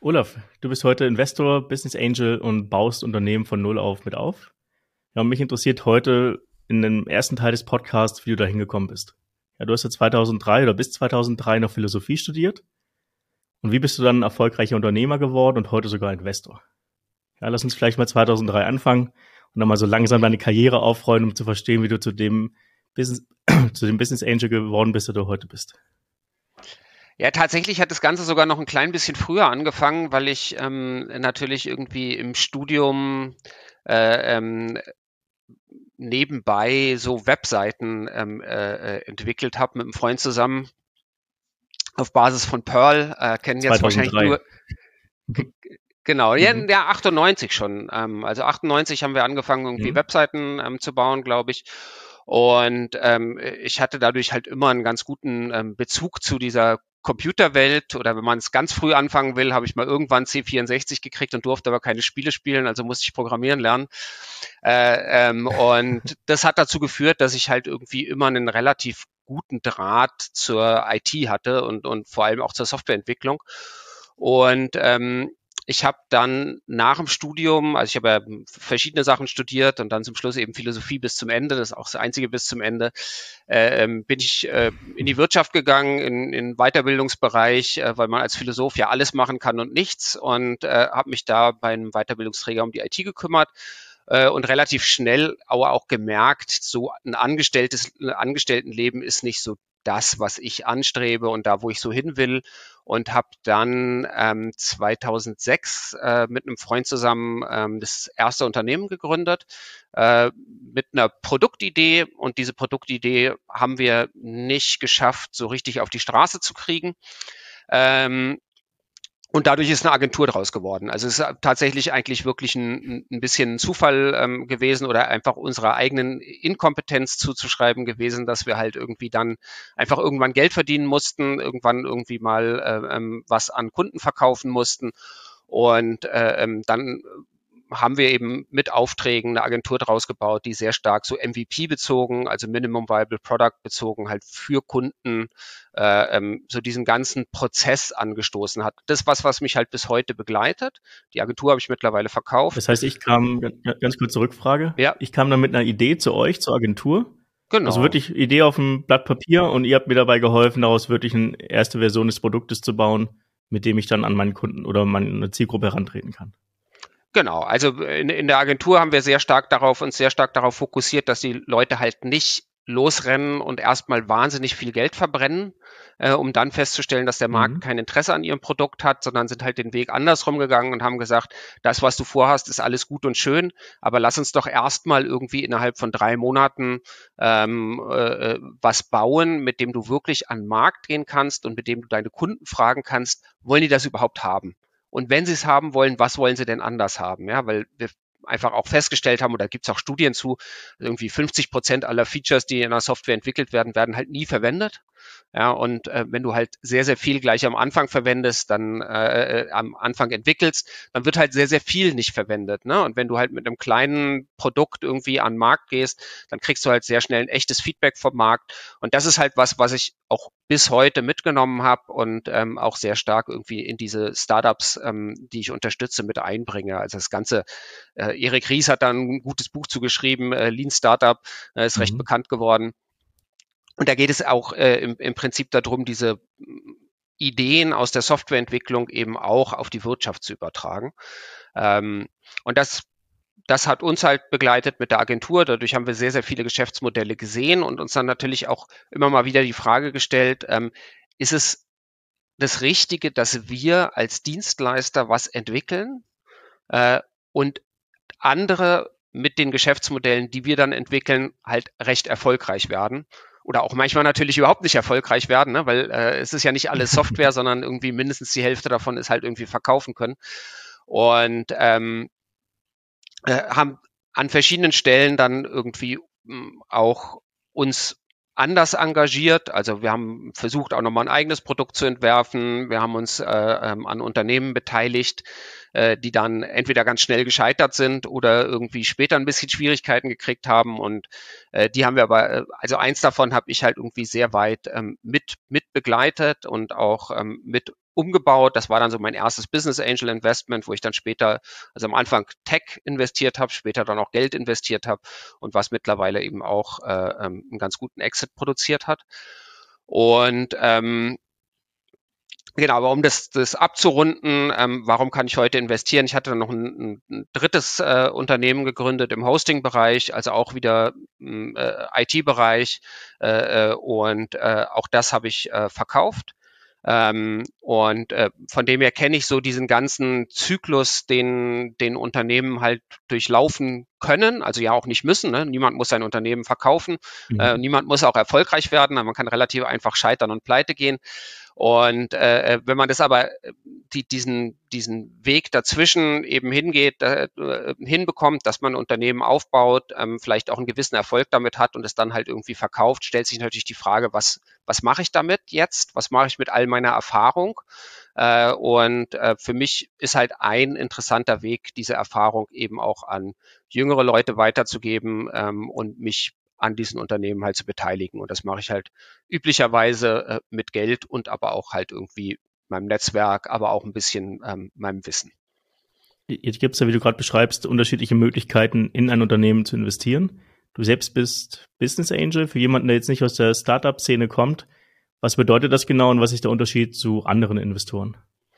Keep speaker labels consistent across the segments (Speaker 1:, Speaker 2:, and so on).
Speaker 1: Olaf, du bist heute Investor, Business Angel und baust Unternehmen von Null auf mit auf. Ja, und mich interessiert heute in dem ersten Teil des Podcasts, wie du da hingekommen bist. Ja, du hast ja 2003 oder bis 2003 noch Philosophie studiert. Und wie bist du dann ein erfolgreicher Unternehmer geworden und heute sogar Investor? Ja, lass uns vielleicht mal 2003 anfangen und dann mal so langsam deine Karriere aufrollen, um zu verstehen, wie du zu dem Business, zu dem Business Angel geworden bist, der du heute bist.
Speaker 2: Ja, tatsächlich hat das Ganze sogar noch ein klein bisschen früher angefangen, weil ich natürlich irgendwie im Studium nebenbei so Webseiten entwickelt habe mit einem Freund zusammen auf Basis von Perl. Kennen jetzt wahrscheinlich
Speaker 1: 2003.
Speaker 2: nur, genau, ja,
Speaker 1: Mhm.
Speaker 2: 98 schon. Also 98 haben wir angefangen, irgendwie
Speaker 1: Mhm.
Speaker 2: Webseiten zu bauen, glaube ich. Und ich hatte dadurch halt immer einen ganz guten Bezug zu dieser Computerwelt, oder wenn man es ganz früh anfangen will, habe ich mal irgendwann C64 gekriegt und durfte aber keine Spiele spielen, also musste ich programmieren lernen. Und das hat dazu geführt, dass ich halt irgendwie immer einen relativ guten Draht zur IT hatte und vor allem auch zur Softwareentwicklung. Und ich habe dann nach dem Studium, also ich habe ja verschiedene Sachen studiert und dann zum Schluss eben Philosophie bis zum Ende, das ist auch das einzige bis zum Ende, bin ich in die Wirtschaft gegangen, in Weiterbildungsbereich, weil man als Philosoph ja alles machen kann und nichts, und habe mich da bei einem Weiterbildungsträger um die IT gekümmert und relativ schnell aber auch gemerkt, so ein Angestelltenleben ist nicht so das, was ich anstrebe und da, wo ich so hin will, und habe dann 2006 mit einem Freund zusammen das erste Unternehmen gegründet mit einer Produktidee, und diese Produktidee haben wir nicht geschafft, so richtig auf die Straße zu kriegen. Und dadurch ist eine Agentur draus geworden. Also es ist tatsächlich eigentlich wirklich ein bisschen Zufall gewesen oder einfach unserer eigenen Inkompetenz zuzuschreiben gewesen, dass wir halt irgendwie dann einfach irgendwann Geld verdienen mussten, irgendwann irgendwie mal was an Kunden verkaufen mussten. Und dann haben wir eben mit Aufträgen eine Agentur draus gebaut, die sehr stark so MVP-bezogen, also Minimum Viable Product bezogen, halt für Kunden so diesen ganzen Prozess angestoßen hat. Das ist was mich halt bis heute begleitet. Die Agentur habe ich mittlerweile verkauft.
Speaker 1: Das heißt, ich kam, ganz kurze Rückfrage,
Speaker 2: Ja,
Speaker 1: ich kam dann mit einer Idee zu euch, zur Agentur. Also
Speaker 2: genau.
Speaker 1: wirklich Idee auf dem Blatt Papier und ihr habt mir dabei geholfen, daraus wirklich eine erste Version des Produktes zu bauen, mit dem ich dann an meinen Kunden oder meine Zielgruppe herantreten kann.
Speaker 2: Genau, also in der Agentur haben wir uns sehr stark darauf fokussiert, dass die Leute halt nicht losrennen und erstmal wahnsinnig viel Geld verbrennen, um dann festzustellen, dass der Markt
Speaker 1: Mhm.
Speaker 2: kein Interesse an ihrem Produkt hat, sondern sind halt den Weg andersrum gegangen und haben gesagt, das, was du vorhast, ist alles gut und schön, aber lass uns doch erstmal irgendwie innerhalb von 3 Monaten was bauen, mit dem du wirklich an den Markt gehen kannst und mit dem du deine Kunden fragen kannst, wollen die das überhaupt haben? Und wenn sie es haben wollen, was wollen sie denn anders haben? Ja, weil wir einfach auch festgestellt haben, oder gibt es auch Studien zu, irgendwie 50% aller Features, die in der Software entwickelt werden, werden halt nie verwendet. Ja, und wenn du halt sehr, sehr viel gleich am Anfang verwendest, dann am Anfang entwickelst, dann wird halt sehr, sehr viel nicht verwendet. Ne? Und wenn du halt mit einem kleinen Produkt irgendwie an den Markt gehst, dann kriegst du halt sehr schnell ein echtes Feedback vom Markt. Und das ist halt was ich auch bis heute mitgenommen habe und auch sehr stark irgendwie in diese Startups, die ich unterstütze, mit einbringe. Also das Ganze, Erik Ries hat da ein gutes Buch zugeschrieben, Lean Startup, ist recht
Speaker 1: Mhm.
Speaker 2: bekannt geworden. Und da geht es auch im Prinzip darum, diese Ideen aus der Softwareentwicklung eben auch auf die Wirtschaft zu übertragen. Und das hat uns halt begleitet mit der Agentur. Dadurch haben wir sehr, sehr viele Geschäftsmodelle gesehen und uns dann natürlich auch immer mal wieder die Frage gestellt, ist es das Richtige, dass wir als Dienstleister was entwickeln und andere mit den Geschäftsmodellen, die wir dann entwickeln, halt recht erfolgreich werden. Oder auch manchmal natürlich überhaupt nicht erfolgreich werden, ne? Weil es ist ja nicht alles Software, sondern irgendwie mindestens die Hälfte davon ist halt irgendwie verkaufen können. Und haben an verschiedenen Stellen dann irgendwie auch uns anders engagiert. Also wir haben versucht, auch nochmal ein eigenes Produkt zu entwerfen. Wir haben uns an Unternehmen beteiligt, die dann entweder ganz schnell gescheitert sind oder irgendwie später ein bisschen Schwierigkeiten gekriegt haben. Und die haben wir aber, also eins davon habe ich halt irgendwie sehr weit mit begleitet und auch mit umgebaut. Das war dann so mein erstes Business Angel Investment, wo ich dann später, also am Anfang Tech investiert habe, später dann auch Geld investiert habe und was mittlerweile eben auch einen ganz guten Exit produziert hat. Und genau, aber um das abzurunden, warum kann ich heute investieren? Ich hatte dann noch ein drittes Unternehmen gegründet im Hosting-Bereich, also auch wieder IT-Bereich und auch das habe ich verkauft. Und von dem her kenne ich so diesen ganzen Zyklus, den Unternehmen halt durchlaufen können, also ja auch nicht müssen. Ne? Niemand muss sein Unternehmen verkaufen, niemand muss auch erfolgreich werden, man kann relativ einfach scheitern und pleite gehen. Und wenn man das aber diesen Weg dazwischen eben hinbekommt, dass man ein Unternehmen aufbaut, vielleicht auch einen gewissen Erfolg damit hat und es dann halt irgendwie verkauft, stellt sich natürlich die Frage, was mache ich damit jetzt? Was mache ich mit all meiner Erfahrung? Und für mich ist halt ein interessanter Weg, diese Erfahrung eben auch an jüngere Leute weiterzugeben und mich an diesen Unternehmen halt zu beteiligen. Und das mache ich halt üblicherweise mit Geld und aber auch halt irgendwie meinem Netzwerk, aber auch ein bisschen meinem Wissen.
Speaker 1: Jetzt gibt es ja, wie du gerade beschreibst, unterschiedliche Möglichkeiten, in ein Unternehmen zu investieren. Du selbst bist Business Angel. Für jemanden, der jetzt nicht aus der Startup-Szene kommt, was bedeutet das genau und was ist der Unterschied zu anderen Investoren?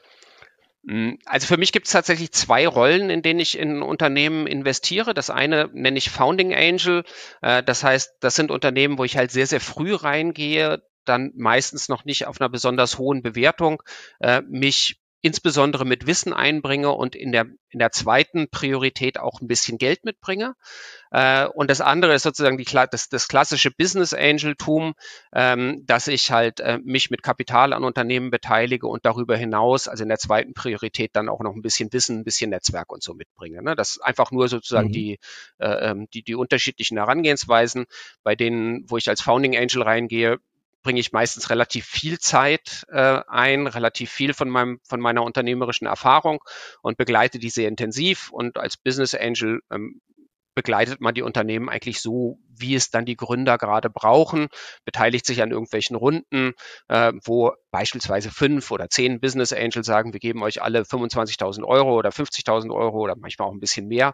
Speaker 2: Also für mich gibt es tatsächlich zwei Rollen, in denen ich in Unternehmen investiere. Das eine nenne ich Founding Angel. Das heißt, das sind Unternehmen, wo ich halt sehr, sehr früh reingehe, dann meistens noch nicht auf einer besonders hohen Bewertung, mich insbesondere mit Wissen einbringe und in der zweiten Priorität auch ein bisschen Geld mitbringe. Und das andere ist sozusagen das klassische Business Angeltum, dass ich halt mich mit Kapital an Unternehmen beteilige und darüber hinaus, also in der zweiten Priorität, dann auch noch ein bisschen Wissen, ein bisschen Netzwerk und so mitbringe. Ne? Das ist einfach nur sozusagen die unterschiedlichen Herangehensweisen, bei denen, wo ich als Founding Angel reingehe, bringe ich meistens relativ viel Zeit ein, relativ viel von meiner unternehmerischen Erfahrung und begleite die sehr intensiv. Und als Business Angel begleitet man die Unternehmen eigentlich so, wie es dann die Gründer gerade brauchen, beteiligt sich an irgendwelchen Runden, wo beispielsweise 5 oder 10 Business Angels sagen, wir geben euch alle 25.000 Euro oder 50.000 Euro oder manchmal auch ein bisschen mehr.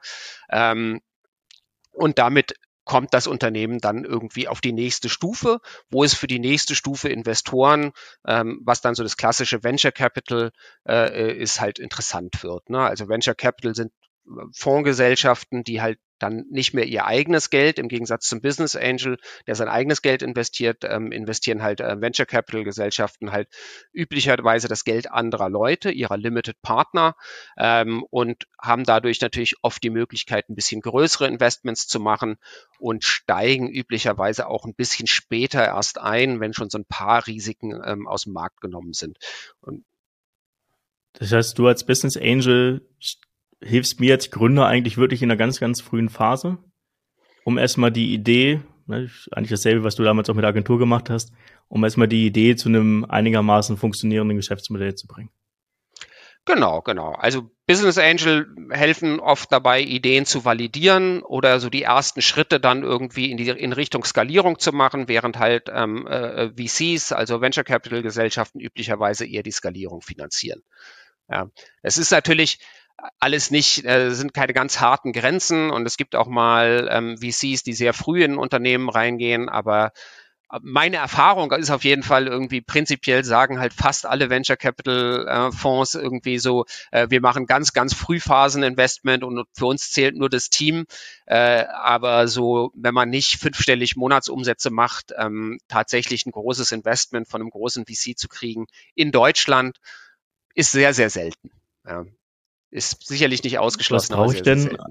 Speaker 2: Und damit kommt das Unternehmen dann irgendwie auf die nächste Stufe, wo es für die nächste Stufe Investoren, was dann so das klassische Venture Capital ist, halt interessant wird. Ne? Also Venture Capital sind Fondsgesellschaften, die halt dann nicht mehr ihr eigenes Geld, im Gegensatz zum Business Angel, der sein eigenes Geld investiert, investieren halt Venture Capital Gesellschaften halt üblicherweise das Geld anderer Leute, ihrer Limited Partner und haben dadurch natürlich oft die Möglichkeit, ein bisschen größere Investments zu machen und steigen üblicherweise auch ein bisschen später erst ein, wenn schon so ein paar Risiken aus dem Markt genommen sind. Und
Speaker 1: das heißt, du als Business Angel hilfst mir als Gründer eigentlich wirklich in einer ganz, ganz frühen Phase, um erstmal die Idee, eigentlich dasselbe, was du damals auch mit der Agentur gemacht hast, um erstmal die Idee zu einem einigermaßen funktionierenden Geschäftsmodell zu bringen.
Speaker 2: Genau. Also Business Angel helfen oft dabei, Ideen zu validieren oder so die ersten Schritte dann irgendwie in Richtung Skalierung zu machen, während halt VCs, also Venture Capital Gesellschaften, üblicherweise eher die Skalierung finanzieren. Ja, es ist natürlich alles nicht, sind keine ganz harten Grenzen und es gibt auch mal VCs, die sehr früh in Unternehmen reingehen, aber meine Erfahrung ist auf jeden Fall irgendwie prinzipiell sagen halt fast alle Venture Capital Fonds irgendwie so, wir machen ganz, ganz Frühphasen-Investment und für uns zählt nur das Team. Aber so, wenn man nicht 5-stellig Monatsumsätze macht, tatsächlich ein großes Investment von einem großen VC zu kriegen in Deutschland, ist sehr, sehr selten. Ja. Ist sicherlich nicht ausgeschlossen, aber sehr, sehr selten.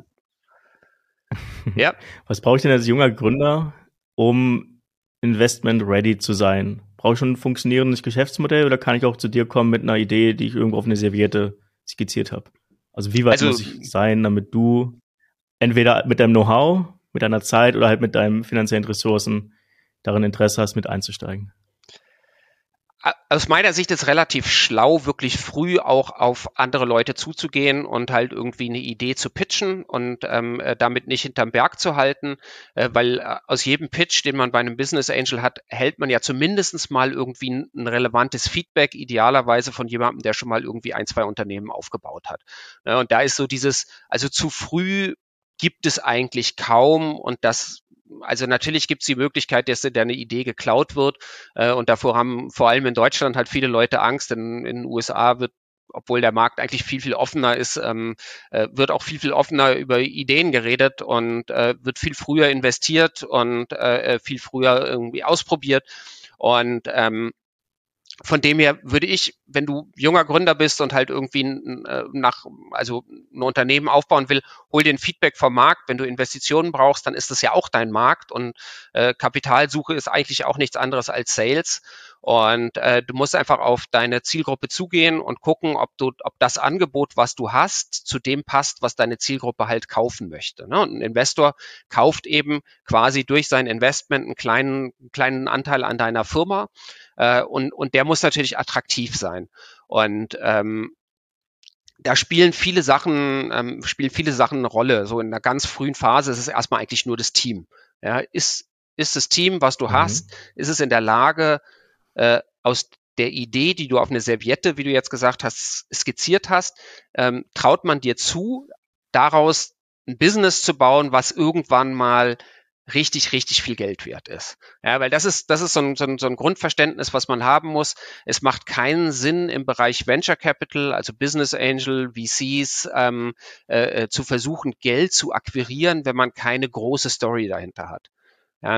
Speaker 1: Ja. Was brauche ich denn als junger Gründer, um Investment ready zu sein? Brauche ich schon ein funktionierendes Geschäftsmodell oder kann ich auch zu dir kommen mit einer Idee, die ich irgendwo auf eine Serviette skizziert habe? Also wie weit muss ich sein, damit du entweder mit deinem Know-how, mit deiner Zeit oder halt mit deinen finanziellen Ressourcen darin Interesse hast, mit einzusteigen?
Speaker 2: Aus meiner Sicht ist relativ schlau, wirklich früh auch auf andere Leute zuzugehen und halt irgendwie eine Idee zu pitchen und damit nicht hinterm Berg zu halten, weil aus jedem Pitch, den man bei einem Business Angel hat, hält man ja zumindest mal irgendwie ein relevantes Feedback, idealerweise von jemandem, der schon mal irgendwie ein, zwei Unternehmen aufgebaut hat. Und da ist so also zu früh gibt es eigentlich kaum und also natürlich gibt es die Möglichkeit, dass dir eine Idee geklaut wird und davor haben vor allem in Deutschland halt viele Leute Angst, denn in den USA obwohl der Markt eigentlich viel, viel offener ist, wird auch viel, viel offener über Ideen geredet und wird viel früher investiert und viel früher irgendwie ausprobiert. Und von dem her würde ich, wenn du junger Gründer bist und halt irgendwie also ein Unternehmen aufbauen will, hol dir ein Feedback vom Markt. Wenn du Investitionen brauchst, dann ist das ja auch dein Markt und Kapitalsuche ist eigentlich auch nichts anderes als Sales. Und du musst einfach auf deine Zielgruppe zugehen und gucken, ob das Angebot, was du hast, zu dem passt, was deine Zielgruppe halt kaufen möchte. Ne? Und ein Investor kauft eben quasi durch sein Investment einen kleinen Anteil an deiner Firma. Und der muss natürlich attraktiv sein. Und da spielen viele Sachen eine Rolle. So in einer ganz frühen Phase ist es erstmal eigentlich nur das Team. Ja, ist das Team, was du hast, ist es in der Lage, aus der Idee, die du auf eine Serviette, wie du jetzt gesagt hast, skizziert hast, traut man dir zu, daraus ein Business zu bauen, was irgendwann mal richtig, richtig viel Geld wert ist. Ja, weil das ist so ein Grundverständnis, was man haben muss. Es macht keinen Sinn im Bereich Venture Capital, also Business Angel, VCs, zu versuchen, Geld zu akquirieren, wenn man keine große Story dahinter hat. Ja,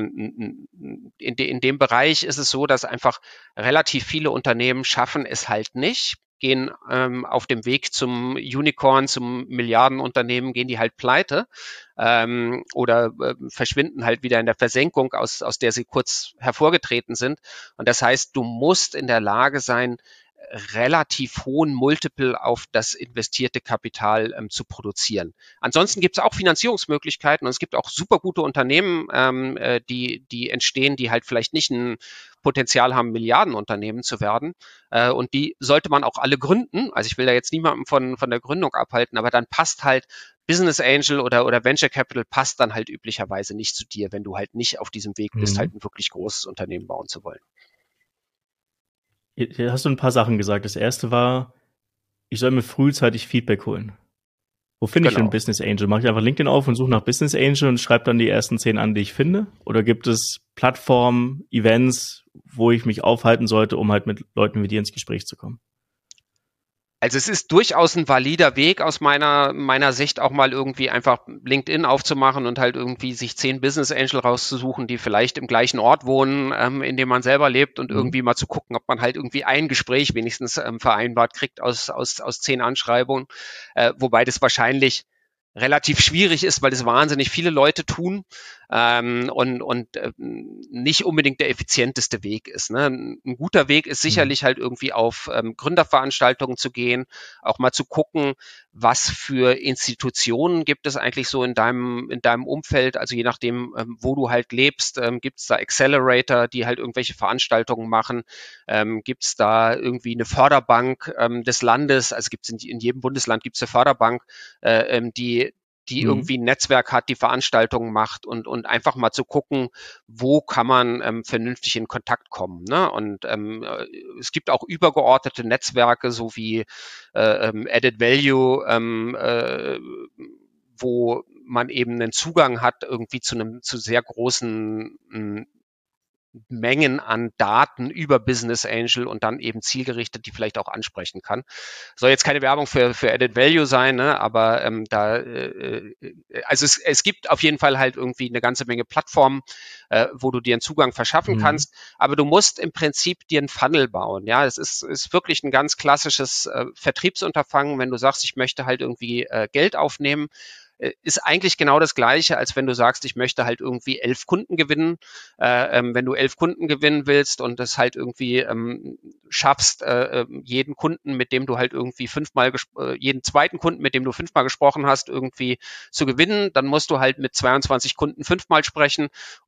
Speaker 2: in dem Bereich ist es so, dass einfach relativ viele Unternehmen schaffen es halt nicht, gehen auf dem Weg zum Unicorn, zum Milliardenunternehmen, gehen die halt pleite oder verschwinden halt wieder in der Versenkung, aus der sie kurz hervorgetreten sind. Und das heißt, du musst in der Lage sein, relativ hohen Multiple auf das investierte Kapital zu produzieren. Ansonsten gibt es auch Finanzierungsmöglichkeiten und es gibt auch super gute Unternehmen, die entstehen, die halt vielleicht nicht ein Potenzial haben, Milliardenunternehmen zu werden. Und die sollte man auch alle gründen. Also ich will da jetzt niemanden von der Gründung abhalten, aber dann passt halt Business Angel oder Venture Capital passt dann halt üblicherweise nicht zu dir, wenn du halt nicht auf diesem Weg bist, halt ein wirklich großes Unternehmen bauen zu wollen.
Speaker 1: Hier hast du ein paar Sachen gesagt. Das erste war, ich soll mir frühzeitig Feedback holen. Wo finde ich denn Business Angel? Mache ich einfach LinkedIn auf und suche nach Business Angel und schreibe dann die ersten 10 an, die ich finde? Oder gibt es Plattformen, Events, wo ich mich aufhalten sollte, um halt mit Leuten wie dir ins Gespräch zu kommen?
Speaker 2: Also es ist durchaus ein valider Weg aus meiner Sicht, auch mal irgendwie einfach LinkedIn aufzumachen und halt irgendwie sich 10 Business Angel rauszusuchen, die vielleicht im gleichen Ort wohnen, in dem man selber lebt und irgendwie mal zu gucken, ob man halt irgendwie ein Gespräch wenigstens vereinbart kriegt aus 10 Anschreibungen, wobei das wahrscheinlich relativ schwierig ist, weil das wahnsinnig viele Leute tun und nicht unbedingt der effizienteste Weg ist. Ne? Ein guter Weg ist sicherlich halt irgendwie auf Gründerveranstaltungen zu gehen, auch mal zu gucken, was für Institutionen gibt es eigentlich so in deinem Umfeld, also je nachdem, wo du halt lebst, gibt es da Accelerator, die halt irgendwelche Veranstaltungen machen, gibt es da irgendwie eine Förderbank des Landes, also gibt es in jedem Bundesland gibt es eine Förderbank, die irgendwie ein Netzwerk hat, die Veranstaltungen macht und einfach mal zu gucken, wo kann man vernünftig in Kontakt kommen. Ne? Und es gibt auch übergeordnete Netzwerke, so wie Added Value, wo man eben einen Zugang hat irgendwie zu sehr großen Mengen an Daten über Business Angel und dann eben zielgerichtet die vielleicht auch ansprechen kann. Soll jetzt keine Werbung für Added Value sein, ne? Aber also es gibt auf jeden Fall halt irgendwie eine ganze Menge Plattformen, wo du dir einen Zugang verschaffen kannst, aber du musst im Prinzip dir einen Funnel bauen. Ja, es ist wirklich ein ganz klassisches Vertriebsunterfangen, wenn du sagst, ich möchte halt irgendwie Geld aufnehmen, ist eigentlich genau das Gleiche, als wenn du sagst, ich möchte halt irgendwie 11 Kunden gewinnen. Wenn du 11 Kunden gewinnen willst und das halt irgendwie schaffst, jeden Kunden, mit dem du halt irgendwie jeden zweiten Kunden, mit dem du 5-mal gesprochen hast, irgendwie zu gewinnen, dann musst du halt mit 22 Kunden 5-mal sprechen und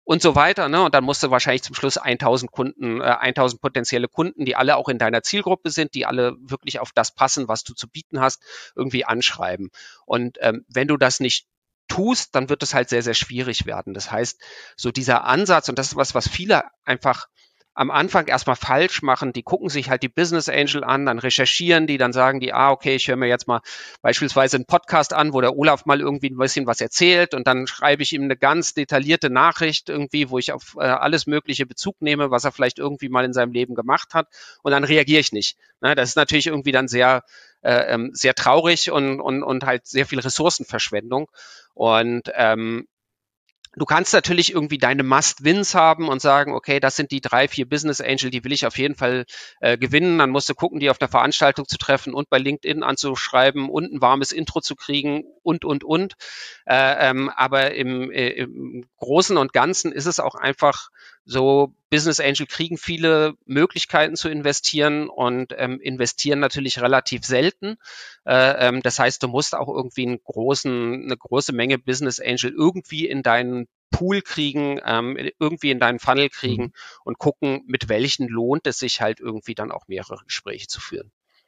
Speaker 2: und so weiter, ne? Und dann musst du wahrscheinlich zum Schluss 1000 Kunden, 1000 potenzielle Kunden, die alle auch in deiner Zielgruppe sind, die alle wirklich auf das passen, was du zu bieten hast, irgendwie anschreiben. Und wenn du das nicht tust, dann wird es halt sehr, sehr schwierig werden. Das heißt, so dieser Ansatz, und das ist was viele einfach am Anfang erstmal falsch machen, die gucken sich halt die Business Angel an, dann recherchieren die, dann sagen die, okay, ich höre mir jetzt mal beispielsweise einen Podcast an, wo der Olaf mal irgendwie ein bisschen was erzählt und dann schreibe ich ihm eine ganz detaillierte Nachricht irgendwie, wo ich auf alles Mögliche Bezug nehme, was er vielleicht irgendwie mal in seinem Leben gemacht hat und dann reagiere ich nicht. Ne, das ist natürlich irgendwie dann sehr sehr traurig und halt sehr viel Ressourcenverschwendung. Und du kannst natürlich irgendwie deine Must-Wins haben und sagen, okay, das sind die 3, 4 Business Angel, die will ich auf jeden Fall gewinnen. Dann musst du gucken, die auf einer Veranstaltung zu treffen und bei LinkedIn anzuschreiben und ein warmes Intro zu kriegen und. Aber im Großen und Ganzen ist es auch einfach so, Business Angel kriegen viele Möglichkeiten zu investieren und investieren natürlich relativ selten. Das heißt, du musst auch irgendwie eine große Menge Business Angel irgendwie in deinen Pool kriegen, irgendwie in deinen Funnel kriegen und gucken, mit welchen lohnt es sich halt irgendwie dann auch mehrere Gespräche zu führen.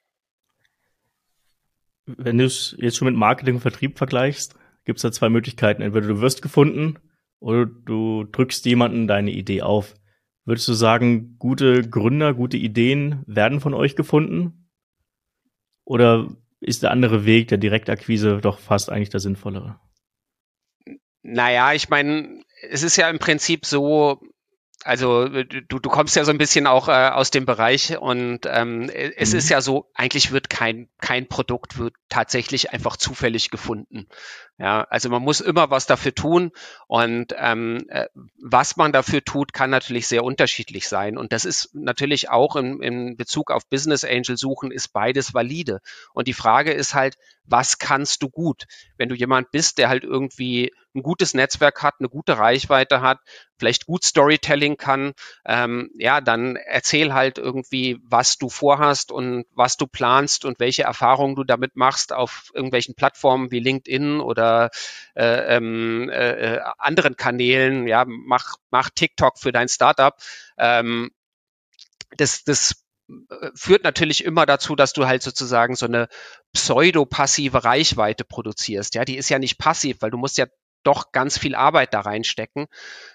Speaker 1: Wenn du es jetzt schon mit Marketing und Vertrieb vergleichst, gibt es da 2 Möglichkeiten. Entweder du wirst gefunden oder du drückst jemanden deine Idee auf. Würdest du sagen, gute Gründer, gute Ideen werden von euch gefunden? Oder ist der andere Weg der Direktakquise doch fast eigentlich der sinnvollere?
Speaker 2: Naja, ich meine, es ist ja im Prinzip so, also du kommst ja so ein bisschen auch aus dem Bereich und es ist ja so, eigentlich wird kein Produkt wird tatsächlich einfach zufällig gefunden. Ja, also man muss immer was dafür tun und was man dafür tut, kann natürlich sehr unterschiedlich sein. Und das ist natürlich auch in Bezug auf Business Angel suchen, ist beides valide. Und die Frage ist halt, was kannst du gut? Wenn du jemand bist, der halt irgendwie ein gutes Netzwerk hat, eine gute Reichweite hat, vielleicht gut Storytelling kann, ja, dann erzähl halt irgendwie, was du vorhast und was du planst und welche Erfahrungen du damit machst auf irgendwelchen Plattformen wie LinkedIn oder anderen Kanälen. Ja, mach TikTok für dein Startup. Das führt natürlich immer dazu, dass du halt sozusagen so eine pseudopassive Reichweite produzierst. Ja, die ist ja nicht passiv, weil du musst ja doch ganz viel Arbeit da reinstecken,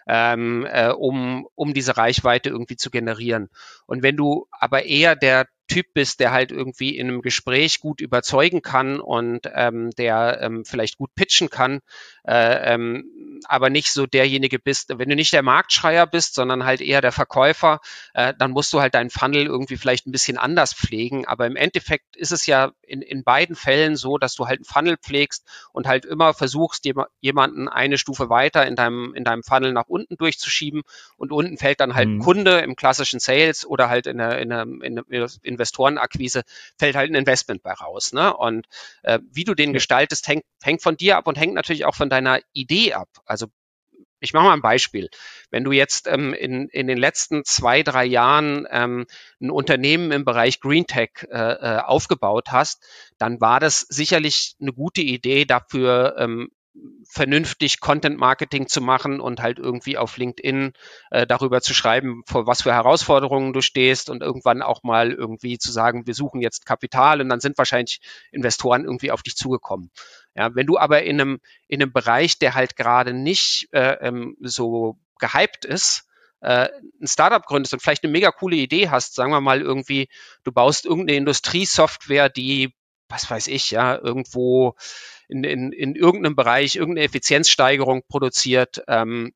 Speaker 2: um diese Reichweite irgendwie zu generieren. Und wenn du aber eher der Typ bist, der halt irgendwie in einem Gespräch gut überzeugen kann und der vielleicht gut pitchen kann, aber nicht so derjenige bist, wenn du nicht der Marktschreier bist, sondern halt eher der Verkäufer, dann musst du halt deinen Funnel irgendwie vielleicht ein bisschen anders pflegen. Aber im Endeffekt ist es ja in beiden Fällen so, dass du halt einen Funnel pflegst und halt immer versuchst, jemanden eine Stufe weiter in deinem Funnel nach unten durchzuschieben und unten fällt dann halt ein Kunde im klassischen Sales oder halt in der Investorenakquise fällt halt ein Investment bei raus. Ne? Und wie du den gestaltest, hängt von dir ab und hängt natürlich auch von deiner Idee ab. Also ich mache mal ein Beispiel. Wenn du jetzt in den letzten 2, 3 Jahren ein Unternehmen im Bereich Green Tech aufgebaut hast, dann war das sicherlich eine gute Idee, dafür vernünftig Content Marketing zu machen und halt irgendwie auf LinkedIn darüber zu schreiben, vor was für Herausforderungen du stehst und irgendwann auch mal irgendwie zu sagen, wir suchen jetzt Kapital und dann sind wahrscheinlich Investoren irgendwie auf dich zugekommen. Ja, wenn du aber in einem Bereich, der halt gerade nicht so gehypt ist, ein Startup gründest und vielleicht eine mega coole Idee hast, sagen wir mal irgendwie, du baust irgendeine Industriesoftware, die, was weiß ich, ja, irgendwo in irgendeinem Bereich irgendeine Effizienzsteigerung produziert, dann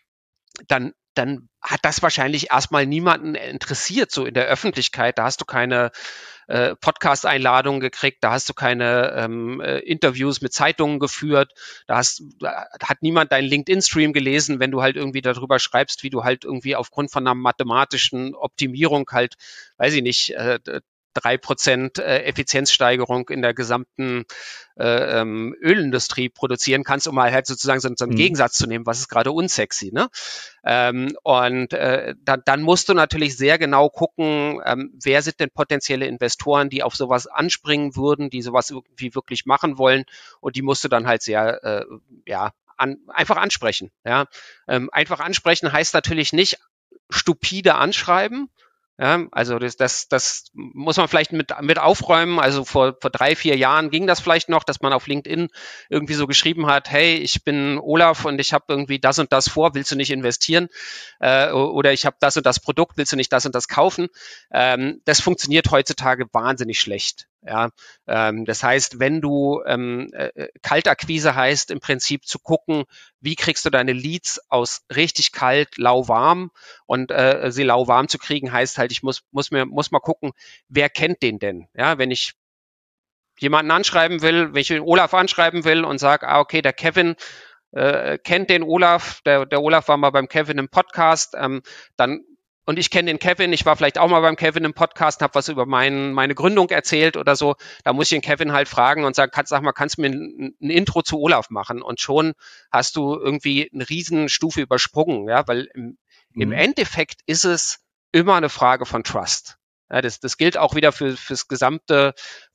Speaker 2: hat das wahrscheinlich erstmal niemanden interessiert, so in der Öffentlichkeit. Da hast du keine Podcast-Einladungen gekriegt, da hast du keine Interviews mit Zeitungen geführt, da hat niemand deinen LinkedIn-Stream gelesen, wenn du halt irgendwie darüber schreibst, wie du halt irgendwie aufgrund von einer mathematischen Optimierung halt, weiß ich nicht, 3% Effizienzsteigerung in der gesamten Ölindustrie produzieren kannst, um mal halt sozusagen so einen Gegensatz zu nehmen, was ist gerade unsexy, ne? Dann musst du natürlich sehr genau gucken, wer sind denn potenzielle Investoren, die auf sowas anspringen würden, die sowas irgendwie wirklich machen wollen und die musst du dann halt sehr einfach ansprechen. Ja? Einfach ansprechen heißt natürlich nicht stupide anschreiben. Ja, also das muss man vielleicht mit aufräumen. Also vor 3-4 Jahren ging das vielleicht noch, dass man auf LinkedIn irgendwie so geschrieben hat, hey, ich bin Olaf und ich habe irgendwie das und das vor, willst du nicht investieren? Oder ich habe das und das Produkt, willst du nicht das und das kaufen? Das funktioniert heutzutage wahnsinnig schlecht. Ja, das heißt, wenn du Kaltakquise heißt, im Prinzip zu gucken, wie kriegst du deine Leads aus richtig kalt, lauwarm, und sie lauwarm zu kriegen heißt halt, ich muss mal gucken, wer kennt den denn? Ja, wenn ich jemanden anschreiben will, wenn ich den Olaf anschreiben will und sage, okay, der Kevin kennt den Olaf, der Olaf war mal beim Kevin im Podcast, dann und ich kenne den Kevin, ich war vielleicht auch mal beim Kevin im Podcast, habe was über meine Gründung erzählt oder so, da muss ich den Kevin halt fragen und sagen, kannst du mir ein Intro zu Olaf machen? Und schon hast du irgendwie eine Riesenstufe übersprungen, ja, weil im Endeffekt ist es immer eine Frage von Trust. Ja, das gilt auch wieder fürs gesamte